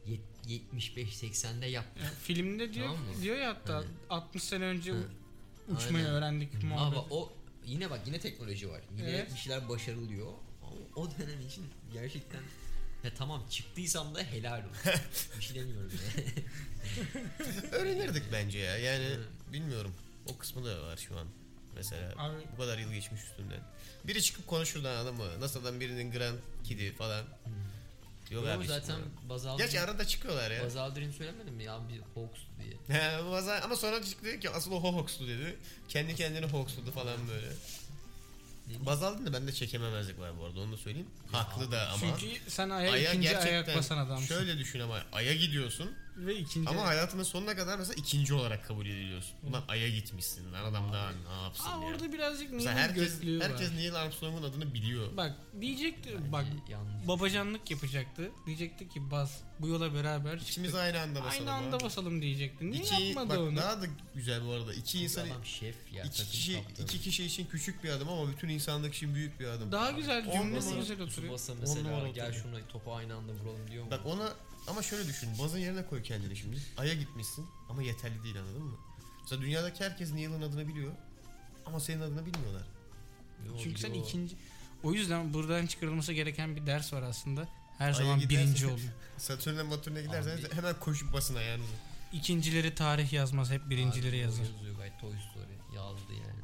75-80'de yap. Filmde diyor, Tamam mı? diyor ya hatta Hani- 60 sene önce Hı. uçmayı Aynen. öğrendik Ama muhabbet. o yine bak yine teknoloji var. Yine Evet. bir şeyler başarılıyor. Ama o dönem için gerçekten tamam çıktıysam da helal olsun. Bir şey demiyorum yani. Öğrenirdik bence ya. Yani Evet. bilmiyorum. O kısmı da var şu an. Mesela Abi, bu kadar yıl geçmiş üstünden. Biri çıkıp konuşurdu anladın mı? Nasıl adam birinin Grand Kid'i falan. Yok Ama abi. zaten Buzz Gerçi Aldrin, arada çıkıyorlar ya. Buzz Aldrin söylemedim mi ya bir Hawks diye. Ama sonra çıktı dedi ki asıl o Hawks'tu dedi. Kendi kendini Hawks'ladı falan böyle. Buzz Aldrin'de bende çekememezlik var bu arada onu da söyleyeyim. Haklı da ama. çünkü sen ikinci ayak basan adamsın. şöyle düşün ama Ay'a gidiyorsun Ve ikinci ama ayak. hayatının sonuna kadar mesela ikinci olarak kabul ediliyorsun. Ulan Ay'a gitmişsin lan adam daha ne yapsın ya. Orada birazcık Mesela Neil'in göklüğü herkes var. Neil Armstrong'un adını biliyor. Bak diyecekti, bak Yanlış. babacanlık yapacaktı. Diyecekti ki Buzz bu yola beraber çıktık. İkimiz aynı anda basalım. Aynı anda abi. basalım diyecekti. Niye İki, yapmadı bak, onu? daha da güzel bu arada. İki insan Adam şef ya. iki kişi için küçük bir adım ama bütün insanlık için büyük bir adım. Daha güzel On cümlesi numara. güzel oturuyor. Tsubasa On numara mesela gel oturuyor. şunu topu aynı anda vuralım diyor mu? Bak ona ama şöyle düşün. Buzz'ın yerine koy kendini şimdi. Ay'a gitmişsin ama yeterli değil anladın mı? Mesela dünyadaki herkes Neil'in adını biliyor ama senin adını bilmiyorlar. Yo, Çünkü sen yo. ikinci. O yüzden buradan çıkarılması gereken bir ders var aslında. Her Ay'a zaman gidersen- birinci olun. Satürn'e Matürn'e giderseniz Abi. hemen koşup basın ayağınızı. İkincileri tarih yazmaz, hep birincileri Abi, yazar. Yazıyor gayet Toy Story yazdı yani.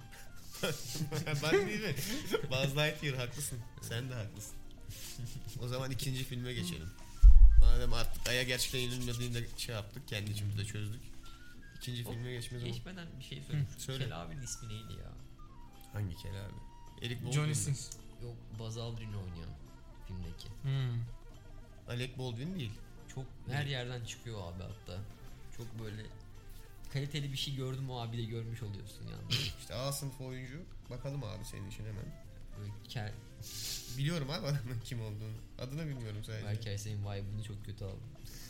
Bak değil mi? Buzz Lightyear haklısın. Sen de haklısın. O zaman ikinci filme geçelim. Madem artık Ay'a gerçekten inilmediğini de şey yaptık. Kendi içimizde çözdük. İkinci filme geçmez ama. Geçmeden bir şey söyleyeyim. söyle. Kel abinin ismi neydi ya? Hangi kel abi? Alec Baldwin Johnny mi? Sins. Yok Buzz Aldrin oynayan filmdeki. Alec Baldwin değil. Çok her yerden çıkıyor abi hatta. Çok böyle kaliteli bir şey gördüm o abi de görmüş oluyorsun yani. İşte A sınıfı oyuncu. Bakalım abi senin için hemen. Böyle kel. Biliyorum abi adamın kim olduğunu. Adını bilmiyorum sadece. Berker senin vibe'ını çok kötü aldım.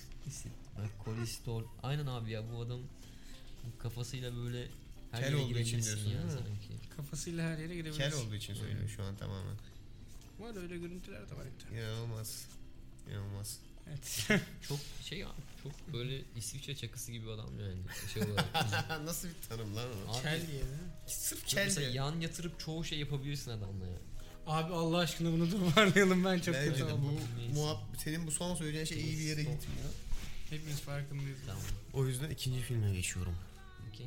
Kolesterol. Aynen abi ya bu adam kafasıyla böyle her Kel yere olduğu için girebilirsin diyorsun, ya değil mi? sanki. Kafasıyla her yere girebilir. Kel olduğu için söylüyor şu an tamamen. Var öyle görüntüler de var. İnanılmaz. İnanılmaz. Evet. Çok şey ya çok böyle İsviçre çakısı gibi adam yani şey olarak. Nasıl bir tanım lan o? Abi, Kel diye değil mi? Sırf Mesela kel diye. yan yatırıp çoğu şey yapabilirsin adamla ya. Abi Allah aşkına bunu toparlayalım, ben çok Bence kötü de oldum. senin bu son söyleyeceğin şey iyi bir yere gitmiyor. Hepimiz farkındayız. Tamam. O yüzden ikinci filme geçiyorum. Okey.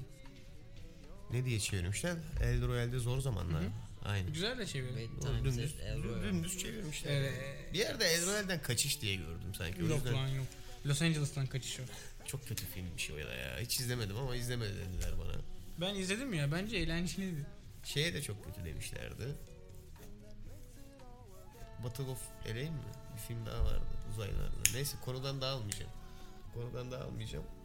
Ne diye çevirmişler? El Royale'de zor zamanlar. Hı hı. Aynen. Güzel de çevirdi. Wait Dümdüz, times at El Royale. dümdüz çevirmişler. Evet. Bir yerde El Royale'den kaçış diye gördüm sanki. O Yok yüzden lan yok. Los Angeles'tan kaçış yok. çok kötü filmmiş o ya. Hiç izlemedim ama izlemedi dediler bana. Ben izledim ya, bence eğlenceliydi. Şeye de çok kötü demişlerdi. Battle of LA mi? Bir film daha vardı uzaylarda. Neyse konudan dağılmayacağım.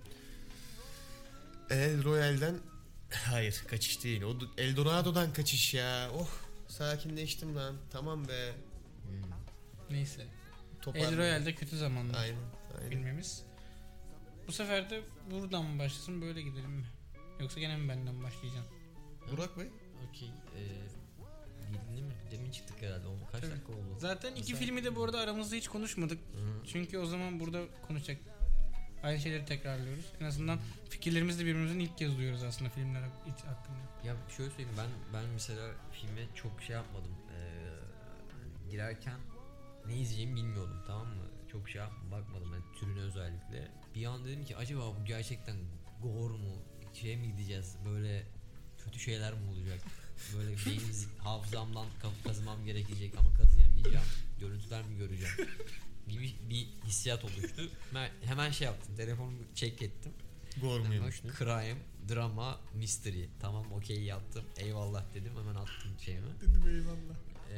El Royale'den hayır kaçış değil. O Eldorado'dan kaçış ya. Oh sakinleştim lan. Tamam be. Neyse. Toparladım. El Royale'de kötü zamanlar Aynen. filmimiz. Bu sefer de buradan mı başlasın, böyle gidelim mi? Yoksa gene mi benden başlayacaksın? Burak Bey. Okey. Bildin mi? Demin çıktık herhalde. O kaç Tabii. dakika oldu? Zaten iki Mesela- filmi de bu arada aramızda hiç konuşmadık. Hı. Çünkü o zaman burada konuşacak aynı şeyleri tekrarlıyoruz. En azından fikirlerimizi de birbirimizin ilk kez duyuyoruz aslında filmler hakkında. Ya şöyle söyleyeyim ben mesela filme çok şey yapmadım. Girerken ne izleyeceğimi bilmiyordum, tamam mı? Çok şey bakmadım yani türüne özellikle. Bir an dedim ki acaba bu gerçekten gore mu? Şeye mi gideceğiz? Böyle kötü şeyler mi olacak? Böyle benim hafızamdan kazımam gerekecek ama kazıyamayacağım. Görüntüler mi göreceğim? Gibi bir hissiyat oluştu. Ben hemen şey yaptım. Telefonumu check ettim. Gore muymuş? Crime, drama, mystery. Tamam okey yaptım. Eyvallah dedim. Hemen attım şeyimi. Dedim eyvallah.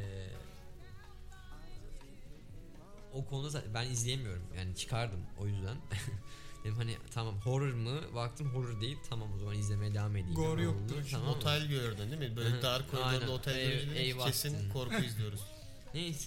O konuda ben izleyemiyorum. Yani çıkardım o yüzden. Dedim hani tamam horror mu? Baktım horror değil. Tamam o zaman izlemeye devam edeyim. Gore Tamam, yoktu. oldu, Şu tamam mı? otel gördün değil mi? Böyle Hı hı. dar koridorda Aynen. otel görünce dedim ki eyvah. kesin korku izliyoruz. Neyse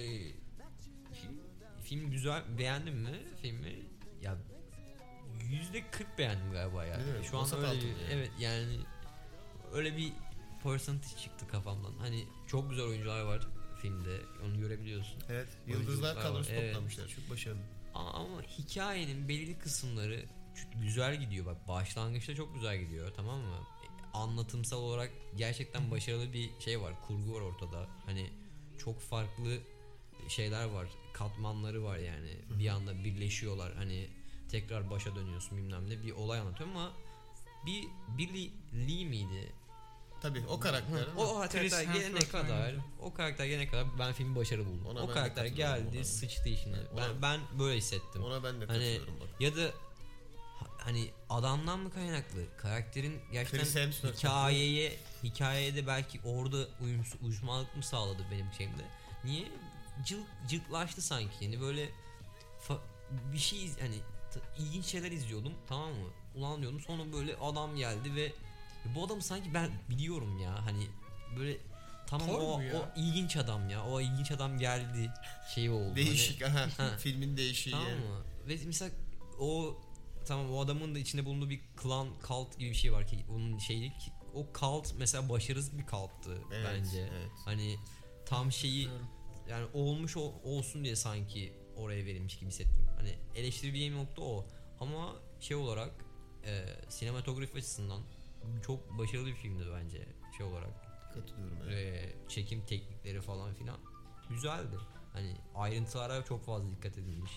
film güzel, beğendim mi filmi? Ya %40 beğendim galiba ya. Değil mi? Şu an Vasat öyle altın yani. evet yani öyle bir percentage çıktı kafamdan. Hani çok güzel oyuncular var filmde. Onu görebiliyorsun. Evet. Yıldızlar Oyunculuklar var, kadrosu evet. toplamışlar. Çok başarılı. Ama hikayenin belirli kısımları güzel gidiyor. Bak başlangıçta çok güzel gidiyor, tamam mı? Anlatımsal olarak gerçekten başarılı bir şey var. Kurgu var ortada. Hani çok farklı şeyler var. Katmanları var yani. Bir anda birleşiyorlar. Hani tekrar başa dönüyorsun bilmem ne. Bir olay anlatıyor ama Billy Lee miydi? Tabii o karakter. O karakter Chris gelene Hemsworth kadar, oynadı. o karakter gelene kadar ben filmi başarılı buldum. Ona O ben de karakter katılıyorum geldi, ona. sıçtı işine. Ben böyle hissettim. Ona ben de Hani katılıyorum bak. ya da hani adamdan mı kaynaklı? Karakterin Chris gerçekten Hemsworth. hikayeye de belki orada uyuşmazlık mı sağladı benim şeyimde? Niye? Cılklaştı sanki. Yani böyle bir şey hani ilginç şeyler izliyordum, tamam mı? Ulan diyordum, sonra böyle adam geldi ve bu adamı sanki ben biliyorum ya. Hani böyle tamam Thor o bu ya. ilginç adam ya. O ilginç adam geldi. Şey oldu. Değişik Hani, aha. Filmin değişiği tamam yani. mı? Ve mesela o tamam, o adamın da içinde bulunduğu bir klan, cult gibi bir şey var ki onun şeyi, o cult mesela başarısız bir cult'tı Evet, bence. evet. Hani tam şeyi Katılıyorum. yani olmuş olsun diye sanki oraya verilmiş gibi hissettim. Hani eleştirebileceğim nokta o. Ama şey olarak sinematografi açısından çok başarılı bir filmdi bence şey olarak. Katılıyorum. Evet. Çekim teknikleri falan filan güzeldi. Hani ayrıntılara çok fazla dikkat edilmiş.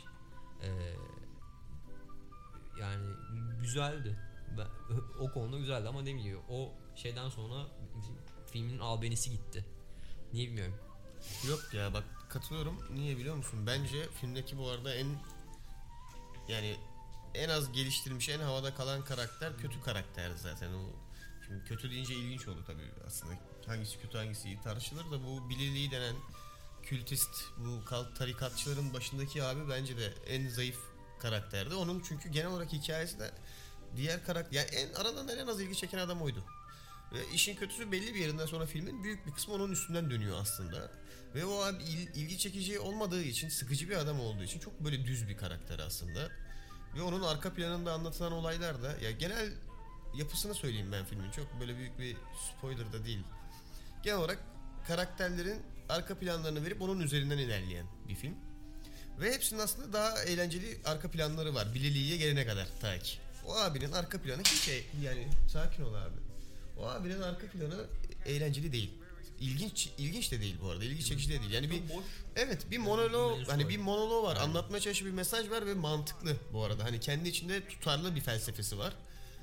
Yani güzeldi. O konuda güzeldi ama dediğim gibi o şeyden sonra filmin albenisi gitti. Niye bilmiyorum. Yok ya bak katılıyorum. Niye biliyor musun? Bence filmdeki bu arada yani en az geliştirilmiş, en havada kalan karakter kötü karakterdi zaten. O şimdi kötü deyince ilginç oldu tabii aslında. Hangisi kötü hangisi iyi tartışılır da bu Billy Lee denen kültist, bu tarikatçıların başındaki abi bence de en zayıf karakterdi. Onun çünkü genel olarak hikayesi de diğer karakter yani aradan en az ilgi çeken adam oydu. Ve işin kötüsü belli bir yerinden sonra filmin büyük bir kısmı onun üstünden dönüyor aslında. Ve o abi ilgi çekici olmadığı için, sıkıcı bir adam olduğu için çok böyle düz bir karakter aslında. Ve onun arka planında anlatılan olaylar da ya genel yapısını söyleyeyim ben filmin. Çok böyle büyük bir spoiler da değil. Genel olarak karakterlerin arka planlarını verip onun üzerinden ilerleyen bir film. Ve hepsinin aslında daha eğlenceli arka planları var. Billy Lee'ye gelene kadar ta ki. O abinin arka planı hiç yani sakin ol abi. O abinin arka planı eğlenceli değil. İlginç de değil bu arada. İlgi çekici de değil. Yani bir boş. evet bir monolog hani bir monolog var. Anlatmaya çalıştığı bir mesaj var ve mantıklı bu arada. Hani kendi içinde tutarlı bir felsefesi var.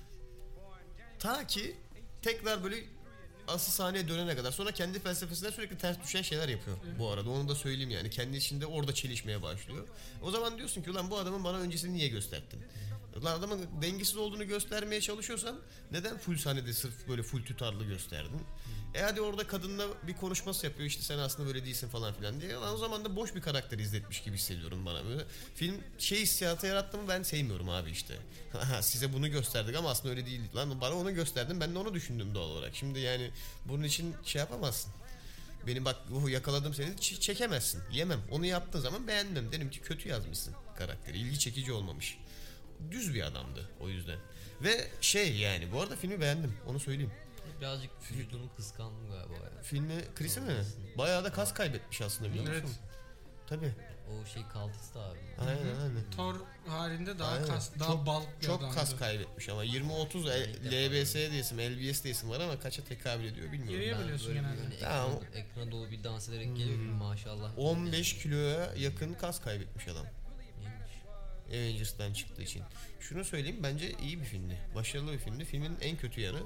Ta ki tekrar böyle asıl sahneye dönene kadar. Sonra kendi felsefesinden sürekli ters düşen şeyler yapıyor bu arada. Onu da söyleyeyim yani. Kendi içinde orada çelişmeye başlıyor. O zaman diyorsun ki ulan bu adamın bana öncesini niye gösterdin? Ulan adamın dengesiz olduğunu göstermeye çalışıyorsan neden full sahnede sırf böyle full tutarlı gösterdin? Hadi orada kadınla bir konuşması yapıyor işte sen aslında böyle değilsin falan filan diye. Lan o zaman da boş bir karakter izletmiş gibi hissediyorum bana böyle. Film hissiyatı yarattı mı ben sevmiyorum abi işte. Size bunu gösterdik ama aslında öyle değil. Lan bana onu gösterdin ben de onu düşündüm doğal olarak. Şimdi yani bunun için şey yapamazsın. Benim bak yakaladım seni çekemezsin. Yemem. Onu yaptığın zaman beğenmem. Dedim ki kötü yazmışsın karakteri. İlgi çekici olmamış. Düz bir adamdı o yüzden. Ve yani bu arada filmi beğendim. Onu söyleyeyim. Birazcık vücudunu kıskandım galiba ya. Filmi Chris'i mi? Bayağı da kas kaybetmiş aslında biliyor musun? Evet. Tabii. O şey kaltist abi. Aynen. Thor halinde daha Aynen. daha balk bir Çok adamdı. kas kaybetmiş ama 20-30 LBS diyesim, LBS diyesim var ama kaça tekabül ediyor bilmiyorum. Geriye biliyorsun Böyle genelde. hani Tamam. ekrana doğru bir dans ederek geliyor maşallah. 15 kiloya yakın kas kaybetmiş adam. Neymiş? Avengers'tan çıktığı için. Şunu söyleyeyim bence iyi bir filmdi. Başarılı bir filmdi. Filmin en kötü yanı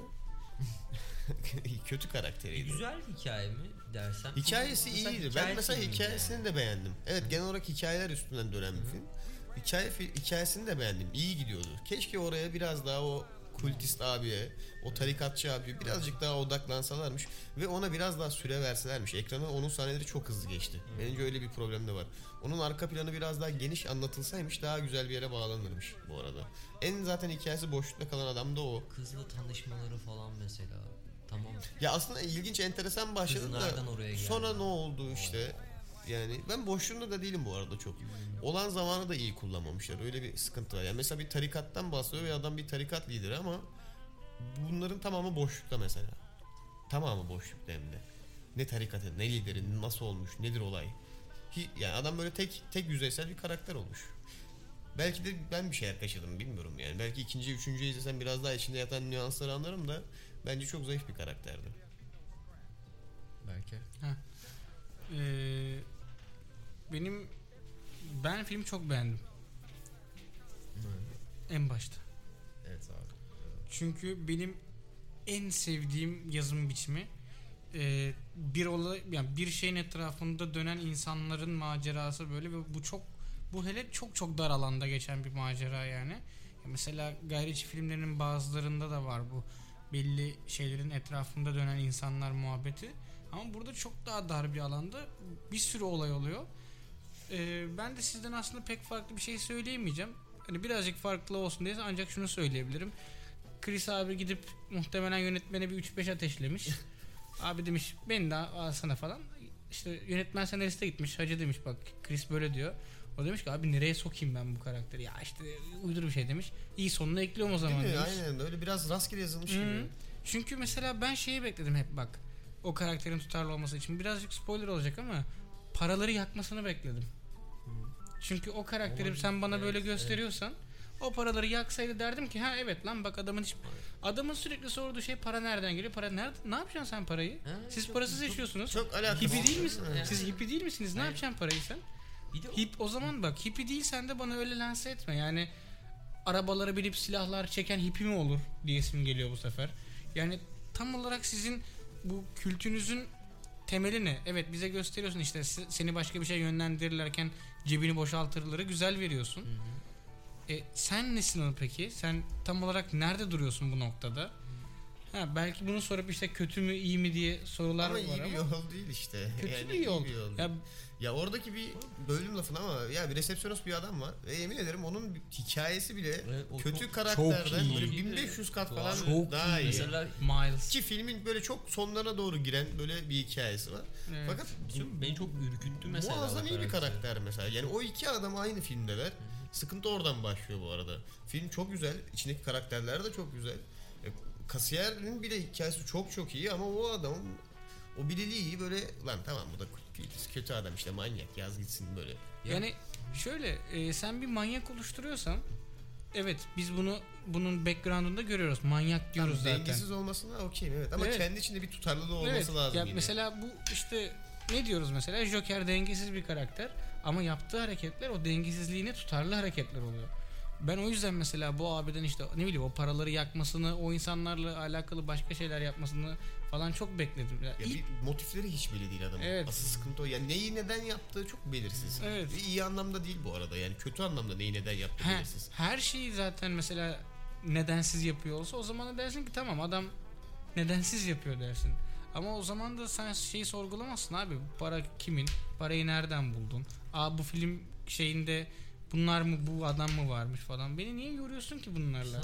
kötü karakteriydi. Güzel hikaye mi dersem? Hikayesi Mesela iyiydi. hikaye Ben mesela filmiydi hikayesini yani. de beğendim. Evet genel olarak hikayeler üstünden dönen bir film. Hikayesini de beğendim. İyi gidiyordu. Keşke oraya biraz daha o kultist abiye, o tarikatçı abiye birazcık daha odaklansalarmış ve ona biraz daha süre verselermiş. Ekrana onun sahneleri çok hızlı geçti. Bence öyle bir problem de var. Onun arka planı biraz daha geniş anlatılsaymış daha güzel bir yere bağlanırmış bu arada. En zaten hikayesi boşlukta kalan adam da o. Kızla tanışmaları falan mesela. Tamam. Ya aslında ilginç, enteresan başladı Kızın da nereden oraya geldi? sonra ne oldu işte. Yani ben boşluğunda da değilim bu arada çok. Olan zamanı da iyi kullanmamışlar. Öyle bir sıkıntı var. Yani mesela bir tarikattan bahsediyor ve adam bir tarikat lideri ama bunların tamamı boşlukta mesela. Tamamı boşlukta hem de. Ne tarikatı, ne lideri, nasıl olmuş, nedir olay. Yani adam böyle tek yüzeysel bir karakter olmuş. Belki de ben bir şeyler kaçırdım bilmiyorum yani. Belki ikinci, üçüncüyü izlesem biraz daha içinde yatan nüansları anlarım da bence çok zayıf bir karakterdi. Belki. Ben filmi çok beğendim. En başta. Evet abi. Çünkü benim en sevdiğim yazım biçimi bir şeyin etrafında dönen insanların macerası böyle ve bu hele çok dar alanda geçen bir macera yani. Mesela gayriçi filmlerinin bazılarında da var bu belli şeylerin etrafında dönen insanlar muhabbeti. Ama burada çok daha dar bir alanda bir sürü olay oluyor. Ben de sizden aslında pek farklı bir şey söyleyemeyeceğim. Hani birazcık farklı olsun diye ancak şunu söyleyebilirim. Chris abi gidip muhtemelen yönetmene bir 3-5 ateşlemiş. Abi demiş beni de alsana falan. İşte yönetmen senariste gitmiş. Hacı demiş bak Chris böyle diyor. O demiş ki abi nereye sokayım ben bu karakteri? Ya işte uydur bir şey demiş. İyi sonuna ekliyorum o zaman demiş. Aynen öyle biraz rastgele yazılmış gibi. Çünkü mesela ben şeyi bekledim hep bak. O karakterin tutarlı olması için. Birazcık spoiler olacak ama paraları yakmasını bekledim. Çünkü o karakteri sen bana böyle gösteriyorsan o paraları yaksaydı derdim ki ha evet lan bak adamın sürekli sorduğu şey para nereden geliyor? Para nerede? Ne yapacaksın sen parayı? Siz parasız yaşıyorsunuz. Çok alakasız. Hippie değil misin? Siz hippie değil misiniz? Ne yapacaksın parayı sen? O zaman bak hippie değilsen de bana öyle lanse etme. Yani arabalara binip silahlar çeken hippie mi olur diyesim geliyor bu sefer. Yani tam olarak sizin bu kültünüzün temeli ne? Evet bize gösteriyorsun işte seni başka bir şey yönlendirirlerken cebini boşaltırları güzel veriyorsun. Sen nesin onu peki? Sen tam olarak nerede duruyorsun bu noktada? Belki bunu sorup işte kötü mü iyi mi diye sorular ama var iyi bir yol değil işte. Kötü yani bir yol. Ya oradaki bir bölüm lafın ama ya bir resepsiyonist bir adam var ve emin ederim onun hikayesi bile kötü karakterden böyle 1500 kat falan daha iyi. Mesela Miles. Ki filmin böyle çok sonlarına doğru giren böyle bir hikayesi var. Evet. Fakat beni çok ürküttü mesela. Muazzam iyi bir karakter mesela. Yani o iki adam aynı filmdeler. Sıkıntı oradan başlıyor bu arada. Film çok güzel. İçindeki karakterler de çok güzel. Kasiyer'in bile hikayesi çok iyi ama o adamın o bililiği böyle lan tamam bu da kötü adam işte manyak yaz gitsin böyle. Yani şöyle sen bir manyak oluşturuyorsan evet biz bunun background'unda görüyoruz. Manyak diyoruz zaten. Dengesiz olmasına okeyim evet ama kendi içinde bir tutarlılığı olması lazım ya yine. mesela bu işte ne diyoruz mesela Joker dengesiz bir karakter ama yaptığı hareketler o dengesizliğine tutarlı hareketler oluyor. Ben o yüzden mesela bu abiden işte ne bileyim o paraları yakmasını, o insanlarla alakalı başka şeyler yapmasını falan çok bekledim. Bir motifleri hiç belli değil adamın. Evet. Asıl sıkıntı o. Yani neyi neden yaptığı çok belirsiz. Evet. Ve iyi anlamda değil bu arada. Yani kötü anlamda neyi neden yaptığı belirsiz. Her şeyi zaten mesela nedensiz yapıyor olsa o zaman da dersin ki tamam adam nedensiz yapıyor dersin. Ama o zaman da sen şeyi sorgulamazsın abi. Para kimin? Parayı nereden buldun? Bu film şeyinde bunlar mı bu adam mı varmış falan. Beni niye yoruyorsun ki bunlarla?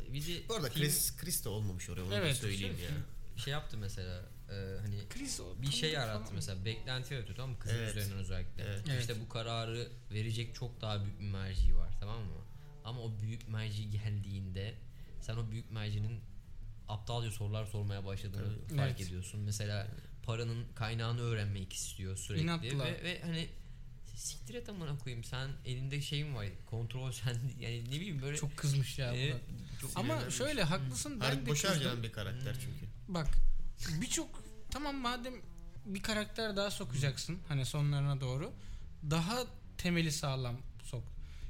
Bu arada Chris de olmamış oraya onu da söyleyeyim ya. Şey yaptı mesela hani bir şey yarattı falan. Mesela beklenti yaratıyor tamam mı? Kızın üzerinden özellikle. Evet. İşte bu kararı verecek çok daha büyük bir merci var tamam mı? Ama o büyük merci geldiğinde sen o büyük mercinin aptalca sorular sormaya başladığını fark ediyorsun. Mesela paranın kaynağını öğrenmek istiyor sürekli. İnatla. Ve hani siktir et amına koyayım sen elinde şeyin var kontrol sen yani ne bileyim böyle çok kızmış ya ama şöyle haklısın ben de boşa harcanan bir karakter çünkü. Bak birçok tamam madem bir karakter daha sokacaksın hani sonlarına doğru daha temeli sağlam sok.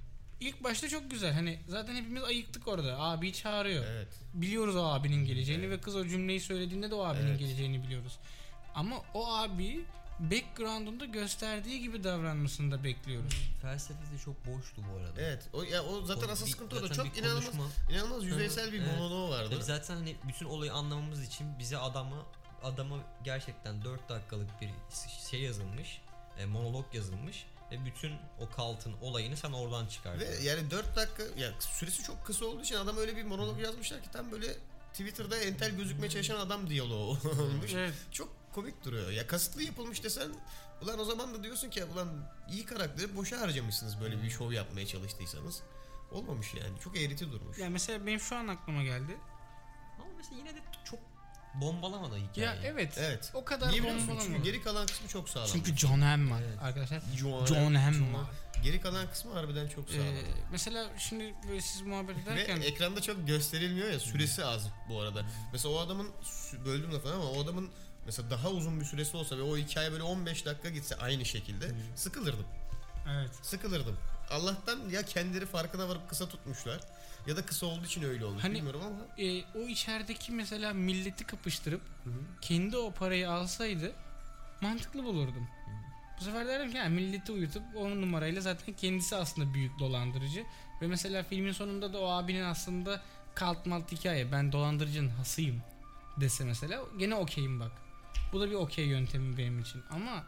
İlk başta çok güzel hani zaten hepimiz ayıktık orada abi çağırıyor. Evet. Biliyoruz o abinin geleceğini ve kız o cümleyi söylediğinde de o abinin geleceğini biliyoruz. Ama o abi background'unda gösterdiği gibi davranmasını da bekliyoruz. Felsefesi de çok boştu bu arada. Evet. O zaten asıl sıkıntı o da çok inanılmaz yüzeysel bir monoloğu vardı. Tabii zaten hani bütün olayı anlamamız için bize adama gerçekten 4 dakikalık bir şey yazılmış, monolog yazılmış ve bütün o kaltın olayını sen oradan çıkardın. Ve yani 4 dakika ya süresi çok kısa olduğu için adam öyle bir monolog yazmışlar ki tam böyle Twitter'da entel gözükmeye çalışan adam diyaloğu olmuş. Evet. Çok komik duruyor. Ya kasıtlı yapılmış desen ulan o zaman da diyorsun ki ulan iyi karakteri boşa harcamışsınız böyle bir şov yapmaya çalıştıysanız. Olmamış yani. Çok eğriti durmuş. Ya mesela benim şu an aklıma geldi. Ama mesela yine de çok bombalamadı hikaye. Ya evet. Evet. O kadar Niye biliyor musun? bombalama. Çünkü geri kalan kısmı çok sağlam. Çünkü John Hamm var Evet. arkadaşlar. John Hamm var. Geri kalan kısmı harbiden çok sağlam. Mesela şimdi böyle siz muhabbet Ve ederken ekranda çok gösterilmiyor ya, süresi az bu arada. Mesela o adamın, böldüm lafını ama o adamın mesela daha uzun bir süresi olsa ve o hikaye böyle 15 dakika gitse aynı şekilde sıkılırdım. evet. Sıkılırdım. Allah'tan ya kendileri farkına varıp kısa tutmuşlar ya da kısa olduğu için öyle olmuş, Hani- bilmiyorum ama. O içerideki mesela milleti kapıştırıp kendi o parayı alsaydı mantıklı bulurdum. Bu sefer derdim ki yani milleti uyutup 10 numarayla zaten kendisi aslında büyük dolandırıcı. Ve mesela filmin sonunda da o abinin aslında kalt malt hikaye, ben dolandırıcının hasıyım dese mesela gene okeyim bak. Bu da bir okey yöntemi benim için ama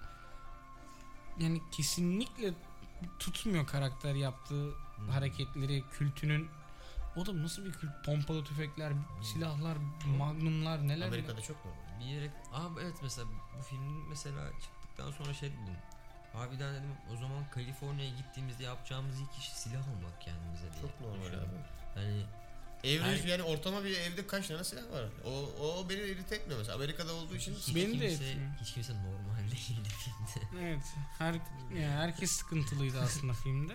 yani kesinlikle tutmuyor karakter yaptığı hareketleri, kültünün. O da nasıl bir kült? Pompalı tüfekler, silahlar, magnumlar, neler. Amerika'da çok normal. Bir yere evet mesela bu film mesela çıktıktan sonra şey dedim. Harbiden dedim o zaman Kaliforniya'ya gittiğimizde yapacağımız ilk iş silah almak kendimize diye. Çok normal düşündüm. abi. Hani Evren yani ortama bir evde kaç tane silah var? O beni irite etmiyor mesela. Amerika'da olduğu için Beni de etmiyor. hiç kimse normal değildi filmde. Evet. Yani herkes sıkıntılıydı aslında filmde.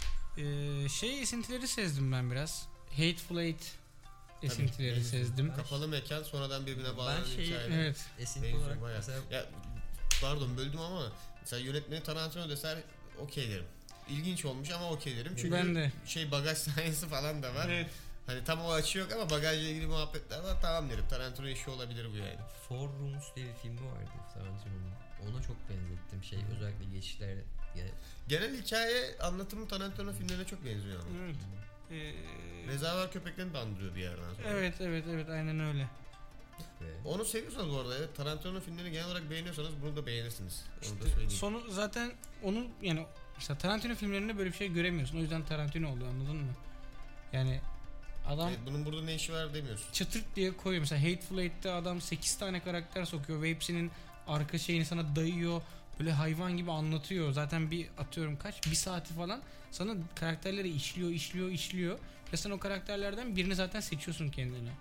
Esintileri sezdim ben biraz. Hateful Eight esintileri Tabii. sezdim. kapalı mekan sonradan birbirine bağlanan şeyi- hikaye. Evet. Esinti Benziyor olarak bayağı. mesela Ya pardon böldüm ama mesela yönetmeni Tarantino deser okey derim. İlginç olmuş ama okey derim. Çünkü Ben de. bagaj sahnesi falan da var. Evet. Hani tam o açı yok ama bagajla ilgili muhabbetler var. Tamam derim. Tarantino işi olabilir bu yani. Four Rooms diye bir filmi vardı Tarantino'nun. Ona çok benzettim özellikle geçişler Genel hikaye anlatımı Tarantino filmlerine çok benziyor ama. Evet. Rezervuar Köpeklerini de andırıyor bir yerden sonra. Evet aynen öyle. ve Onu seviyorsanız bu arada, evet, Tarantino filmlerini genel olarak beğeniyorsanız bunu da beğenirsiniz. Onu da İşte söyleyeyim. sonu zaten onu yani mesela Tarantino filmlerinde böyle bir şey göremiyorsun. O yüzden Tarantino oluyor, anladın mı? Yani adam Bunun burada ne işi var demiyorsun. çıtırt diye koyuyor. Mesela Hateful Eight'te adam 8 tane karakter sokuyor ve hepsinin arka şeyini sana dayıyor. Böyle hayvan gibi anlatıyor. Zaten bir saati falan sana karakterleri işliyor. Ve sen o karakterlerden birini zaten seçiyorsun kendine.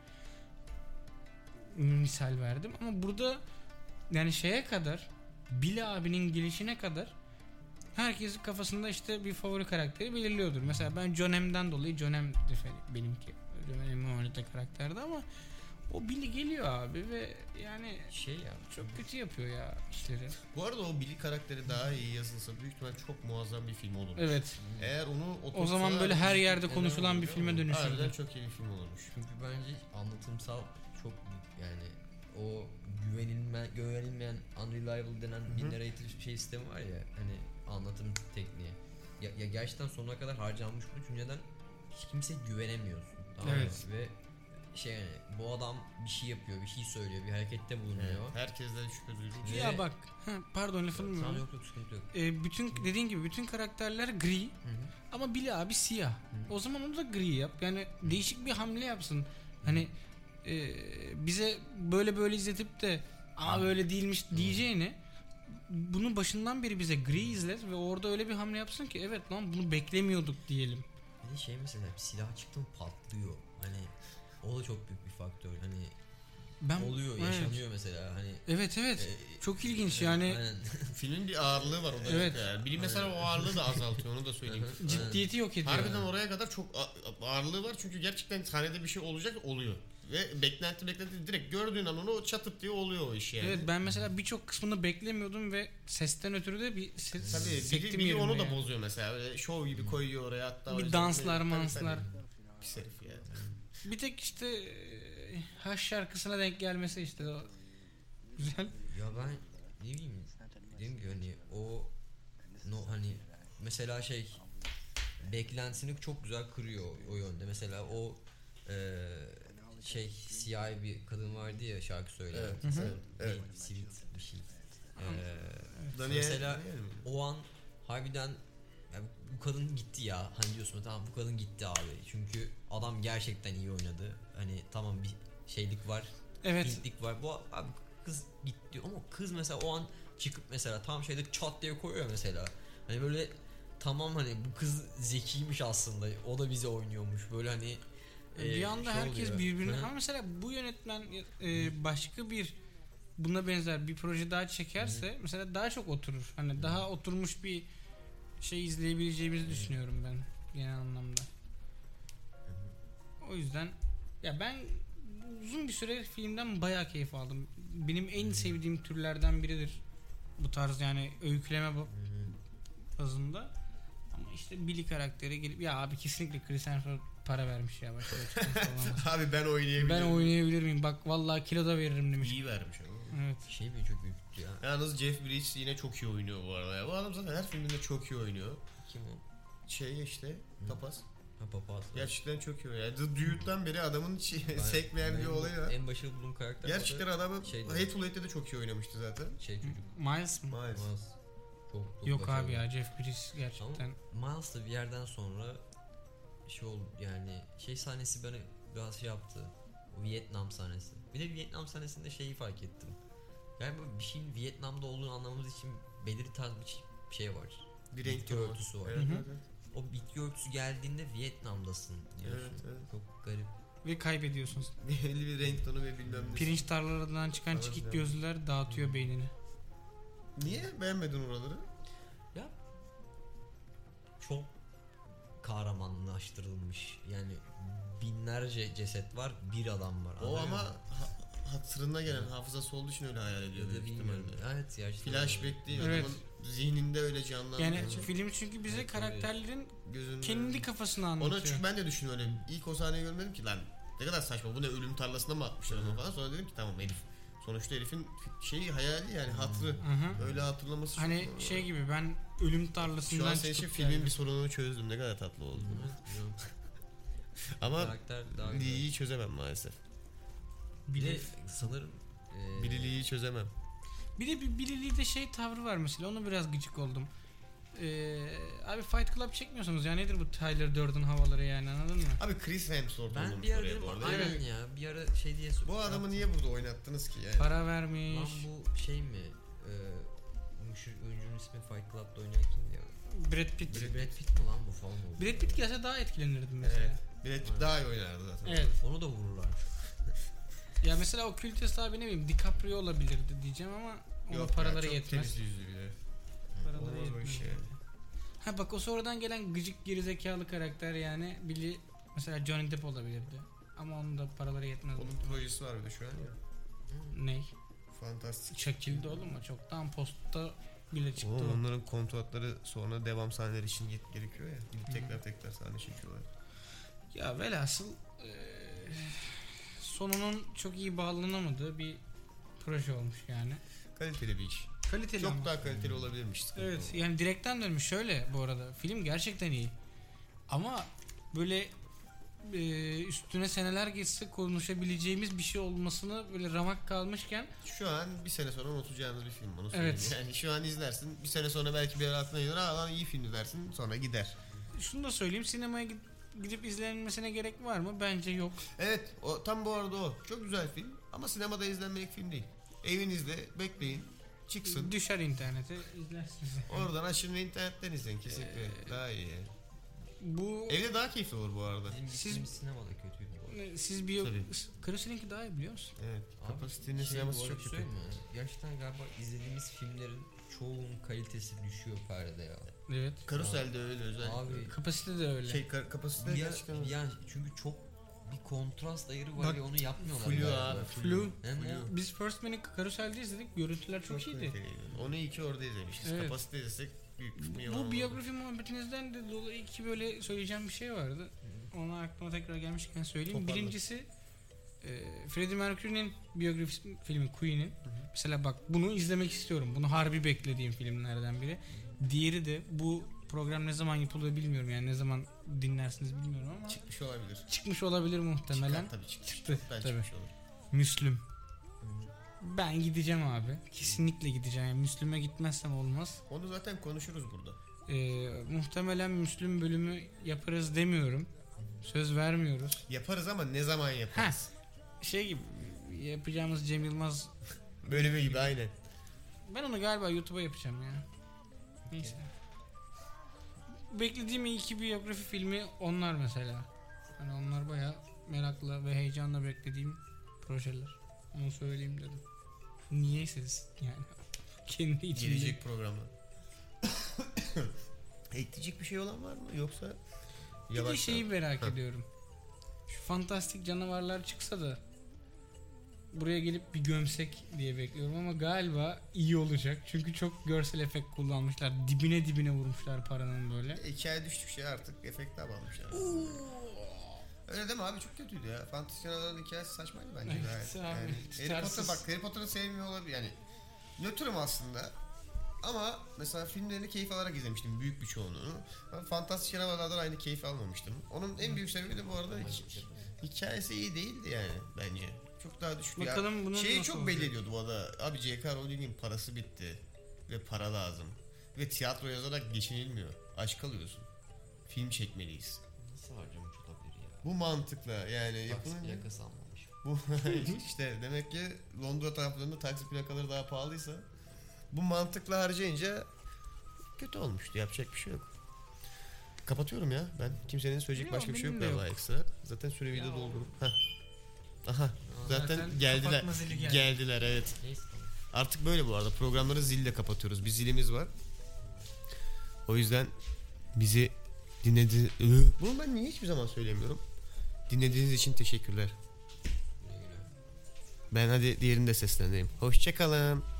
Misal verdim ama burada yani şeye kadar, Bill abinin gelişine kadar herkesin kafasında işte bir favori karakteri belirliyordur. Mesela ben John Hamm'den dolayı John Hamm benimki. John Hamm'in oynadığı karakterdi ama o Billy geliyor abi ve yani ya çok kötü yapıyor ya işleri. Bu arada o Billy karakteri daha iyi yazılsa büyük ihtimal çok muazzam bir film olur. Evet. Eğer onu O zaman böyle her yerde konuşulan bir filme Harbiden dönüşürdü. çok iyi bir film olurmuş. çünkü bence anlatımsal çok yani o güvenilmeyen unreliable denen bir narrative sistemi var ya hani anlatım tekniği. Ya gerçekten sonuna kadar harcanmış bu çünkü neden hiç kimse güvenemiyorsun. Tamam mı? Evet. Ve yani bu adam bir şey yapıyor, bir şey söylüyor, bir harekette bulunuyor. Evet, herkesten şüphe duyulur. Ve- Ya bak, pardon lafını Tamam, mı? yok sıkıntı yok. Bütün dediğin gibi bütün karakterler gri ama Billy abi siyah. O zaman onu da gri yap. Yani değişik bir hamle yapsın. Hani bize böyle izletip de ama böyle değilmiş diyeceğini bunu başından beri bize gri izlet ve orada öyle bir hamle yapsın ki evet lan bunu beklemiyorduk diyelim. Bir de mesela silah çıktı mı patlıyor. Hani o da çok büyük bir faktör. Hani Ben oluyor, evet. yaşanıyor mesela. Hani Evet. Çok ilginç yani. aynen. Filmin bir ağırlığı var o da. Evet. Yani. Billy mesela o ağırlığı da azaltıyor, onu da söyleyeyim. Ciddiyeti yok ediyor. Harbiden oraya kadar çok ağırlığı var çünkü gerçekten sahnede bir şey olacak oluyor. Ve beklenti direkt gördüğün an onu çatıp diye oluyor o iş yani. Evet, ben mesela birçok kısmını beklemiyordum ve sesten ötürü de bir Tabii sektim biri onu yerimde da yani. bozuyor mesela. Böyle şov gibi koyuyor oraya hatta. Bir danslar manslar. Pis herif ya. Bir tek işte Haş şarkısına denk gelmesi işte o güzel. Ya ben ne bileyim dediğim gibi hani o hani mesela beklentisini çok güzel kırıyor o yönde. Mesela o siyah bir kadın vardı ya şarkı söyleyen. Evet. Sweet bir şey. Mesela O an harbiden ya bu kadın gitti ya. Hani diyorsun tamam bu kadın gitti abi. Çünkü adam gerçekten iyi oynadı. Hani tamam bir şeylik var. Evet. Hintlik var. Bu abi kız gitti ama kız mesela o an çıkıp mesela tam çat diye koyuyor mesela. Hani böyle tamam hani bu kız zekiymiş aslında. O da bize oynuyormuş. Böyle hani Bir anda şey herkes oluyor. birbirine Hı. ama mesela bu yönetmen başka bir buna benzer bir proje daha çekerse mesela daha çok oturur. Hani daha oturmuş bir şey izleyebileceğimizi düşünüyorum ben genel anlamda. O yüzden ya ben uzun bir süre filmden bayağı keyif aldım. Benim en sevdiğim türlerden biridir. Bu tarz yani öyküleme bazında. Ama işte Billy karakteri gelip ya abi kesinlikle Chris Hemsworth para vermiş ya başka açıklaması olamaz. Abi ben oynayabilirim. Ben oynayabilir miyim? Bak vallahi kilo da veririm demiş. İyi vermiş ama. Evet. Şey mi çok büyüktü ya. Yalnız Jeff Bridges yine çok iyi oynuyor bu arada ya. Bu adam zaten her filminde çok iyi oynuyor. Kim o? Şey işte Tapas. Ha papaz. Gerçekten çok iyi oynuyor. Yani The Dude'dan beri adamın sekmeyen bir olayı var. En başarılı bulduğum karakter. Gerçekten adamı şeydi. Hateful Eight'te de çok iyi oynamıştı zaten. Şey çocuk. Miles mı? Maalesef. Miles. Çok Yok başarılı. abi ya Jeff Bridges gerçekten. Ama Miles da bir yerden sonra şey oldu yani şey sahnesi beni biraz şey yaptı. O Vietnam sahnesi. Bir de Vietnam sahnesinde şeyi fark ettim. Yani böyle bir şeyin Vietnam'da olduğunu anlamamız için belirli tarz bir şey var. Bir Bitki renk tonu var. örtüsü var. Evet, Hı hı. evet, evet. O bitki örtüsü geldiğinde Vietnam'dasın diyorsun. Evet, evet. Çok garip. Ve kaybediyorsunuz. Belli bir renk tonu ve bilmem ne. Pirinç tarlalarından çıkan Evet, çekik evet. gözlüler dağıtıyor beynini. Niye beğenmedin oraları? Ya çok kahramanlaştırılmış. Yani binlerce ceset var, bir adam var. O Anladın ama mı? hatırına gelen hafızası olduğu için öyle hayal ediyor. Ya da büyük bilmiyorum. ihtimalle. Evet ya işte Flashback değil, Evet. adamın zihninde öyle canlandığı Yani için film çünkü bize Evet, karakterlerin gözünde. kendi kafasını Ona anlatıyor. çünkü ben de düşünüyorum öyle. İlk o sahneyi görmedim ki lan ne kadar saçma, bu ne, ölüm tarlasına mı atmışlar onu falan. Sonra dedim ki tamam herif. Sonuçta herifin şeyi hayali yani hatrı. Hı hı. Öyle hatırlaması çok Hani normal. şey gibi ben ölüm Şu tarlasından an senin için çıkıp filmin geldim. bir sorununu çözdüm. Ne kadar tatlı oldu. Evet, biliyorum. Ama Karakter daha güzel. Lee'yi çözemem maalesef. Bir de Billy- sanırım Biri Lee'yi çözemem. Bir de bir Billy Lee'de şey tavrı var mesela onu biraz gıcık oldum. Abi Fight Club çekmiyorsunuz ya nedir bu Tyler Durden havaları yani anladın mı? Abi Chris Hemsworth ben olmuş bir ara oraya dedim bu arada. aynen Evet. ya bir ara şey diye Bu adamı niye burada oynattınız ki yani? Para Lan vermiş. bu şey mi? Şu oyuncunun ismi Fight Club'da oynayan kimdi ya? Brad Pitt. Brad Pitt mi lan bu falan oldu? Brad Pitt gelse daha etkilenirdim mesela. Evet. Brad Pitt daha iyi oynardı zaten. Evet. Onu da vururlar. Ya mesela o kült hesabı ne bileyim DiCaprio olabilirdi diyeceğim ama onun Yok paraları ya, çok yetmez. temiz yüzlü bir de. Paraları Olmaz o yetmez. iş yani. Ha bak o sonradan gelen gıcık gerizekalı karakter yani Billy mesela Johnny Depp olabilirdi. Ama onun da paraları yetmez. Onun projesi var bir de şu an ya. Ney? Fantastik. Çekildi oğlum o çoktan postta bile çıktı Oğlum o. onların kontratları sonra devam sahneler için gerekiyor ya. Gidip tekrar sahne çekiyorlar. Ya velhasıl sonunun çok iyi bağlanamadığı bir proje olmuş yani. Kaliteli bir iş. Kaliteli Çok ama. daha kaliteli olabilirmiş. sıkıntı Evet o. yani direkten dönmüş şöyle bu arada film gerçekten iyi. Ama böyle üstüne seneler geçse konuşabileceğimiz bir şey olmasını böyle ramak kalmışken Şu an bir sene sonra unutacağınız bir film. Onu söyleyeyim. Evet. Yani şu an izlersin. Bir sene sonra belki bir ara aklına gelir. Aa lan iyi filmdi dersin. Sonra gider. şunu da söyleyeyim sinemaya gidip izlenmesine gerek var mı? Bence yok. Evet. O, tam bu arada o. Çok güzel film. Ama sinemada izlenmelik film değil. Evinizde bekleyin. Çıksın. Düşer internete izlersiniz. Oradan açın ve internetten izleyin. Kesinlikle. Daha iyi yani. Bu Evde daha keyifli olur bu arada. Benim Siz- gittiğim sinemada kötüydü bu arada. siz Tabii. Karuselink'i daha iyi biliyor musun? Evet. Abi, Kapasitenin bu sineması arada çok bir kötü. söyleyeyim mi? Gerçekten galiba izlediğimiz filmlerin çoğunun kalitesi düşüyor perdede ya. Evet. Karuselde öyle özellikle. Abi Kapasite de öyle. Kapasite gerçekten öyle. yani çünkü çok bir kontrast ayırı var Bak, ve onu yapmıyorlar. flu galiba. abi, Flu. Hem Flu. o Biz First Man'i Karusel'de izledik. Görüntüler çok iyiydi. kaliteliydi. Onu iyi ki orada izlemişiz. Evet. Kapasite izlesek büyük bir film Bu yapamadık. biyografi muhabbetinizden de dolayı iki böyle söyleyeceğim bir şey vardı. Onu aklıma tekrar gelmişken söyleyeyim. Toparla. Birincisi Freddie Mercury'nin biyografi filmi Queen'in. Mesela bak bunu izlemek istiyorum. Bunu harbi beklediğim filmlerden biri. Diğeri de bu program ne zaman yapılıyor bilmiyorum yani ne zaman dinlersiniz bilmiyorum ama Çıkmış olabilir. çıkmış olabilir muhtemelen. Çıkar, tabii çıkmış. Çıktı, Ben tabii. çıkmış olur. Müslüm. Ben gideceğim abi. Kesinlikle gideceğim. Yani Müslüm'e gitmezsem olmaz. Onu zaten konuşuruz burada. Muhtemelen Müslüm bölümü yaparız demiyorum. Söz vermiyoruz. Yaparız ama ne zaman yaparız? Şey gibi yapacağımız Cem Yılmaz. Bölümü gibi aynen. Ben onu galiba YouTube'a yapacağım ya. Neyse. Beklediğim iyi iki biyografi filmi onlar mesela. Hani onlar bayağı merakla ve heyecanla beklediğim projeler. Onu söyleyeyim dedim. Niyeysiz yani. Kendi içimde. Gelecek programı. Ekleyecek bir şey olan var mı? Yoksa Bir de yavaş şeyi merak Ha. ediyorum. Şu fantastik canavarlar çıksa da buraya gelip bir gömsek diye bekliyorum ama galiba iyi olacak. Çünkü çok görsel efekt kullanmışlar. Dibine dibine vurmuşlar paranın böyle. hikaye düştükçe artık efekte abanmışlar. Öyle deme abi, çok kötüydü ya. Fantastik canavarların hikayesi saçmaydı bence Evet gayet. abi, Yani Harry tutarsız. Potter, bak Harry Potter'ı sevmiyor olabilir yani. Nötrüm aslında. Ama mesela filmlerini keyif alarak izlemiştim büyük bir çoğunluğunu. Ben Fantastik Canavarlardan aynı keyif almamıştım. Onun en büyük sebebi de bu arada hikayesi iyi değildi yani bence. Çok daha düşük. Bakalım bunu Şeyi nasıl çok belli olacak? ediyordu bu arada. Abi J.K. Rowling'in parası bitti. Ve para lazım. Ve tiyatro yazarak geçinilmiyor. Aç kalıyorsun. Film çekmeliyiz. Nasıl harcamış olabilir ya? Bu mantıkla yani Taksi yapılınca. plakası almamış. Bu işte demek ki Londra taraflarında taksi plakaları daha pahalıysa bu mantıkla harcayınca kötü olmuştu. Yapacak bir şey yok. Kapatıyorum ya ben. Kimsenin söyleyecek Yok, başka bir şey yok benim de galiba yok. ekstra. Zaten süreyi de Ya, doldurum. Heh. Aha. Zaten Zaten geldiler. kapatma zili geldi. Geldiler evet. Neyse tamam. Artık böyle bu arada. Programları zille kapatıyoruz. Bir zilimiz var. O yüzden bizi bunu ben niye hiçbir zaman söylemiyorum. Dinlediğiniz için teşekkürler. Güle güle. Ben hadi diğerini de sesleneyim. Hoşçakalın.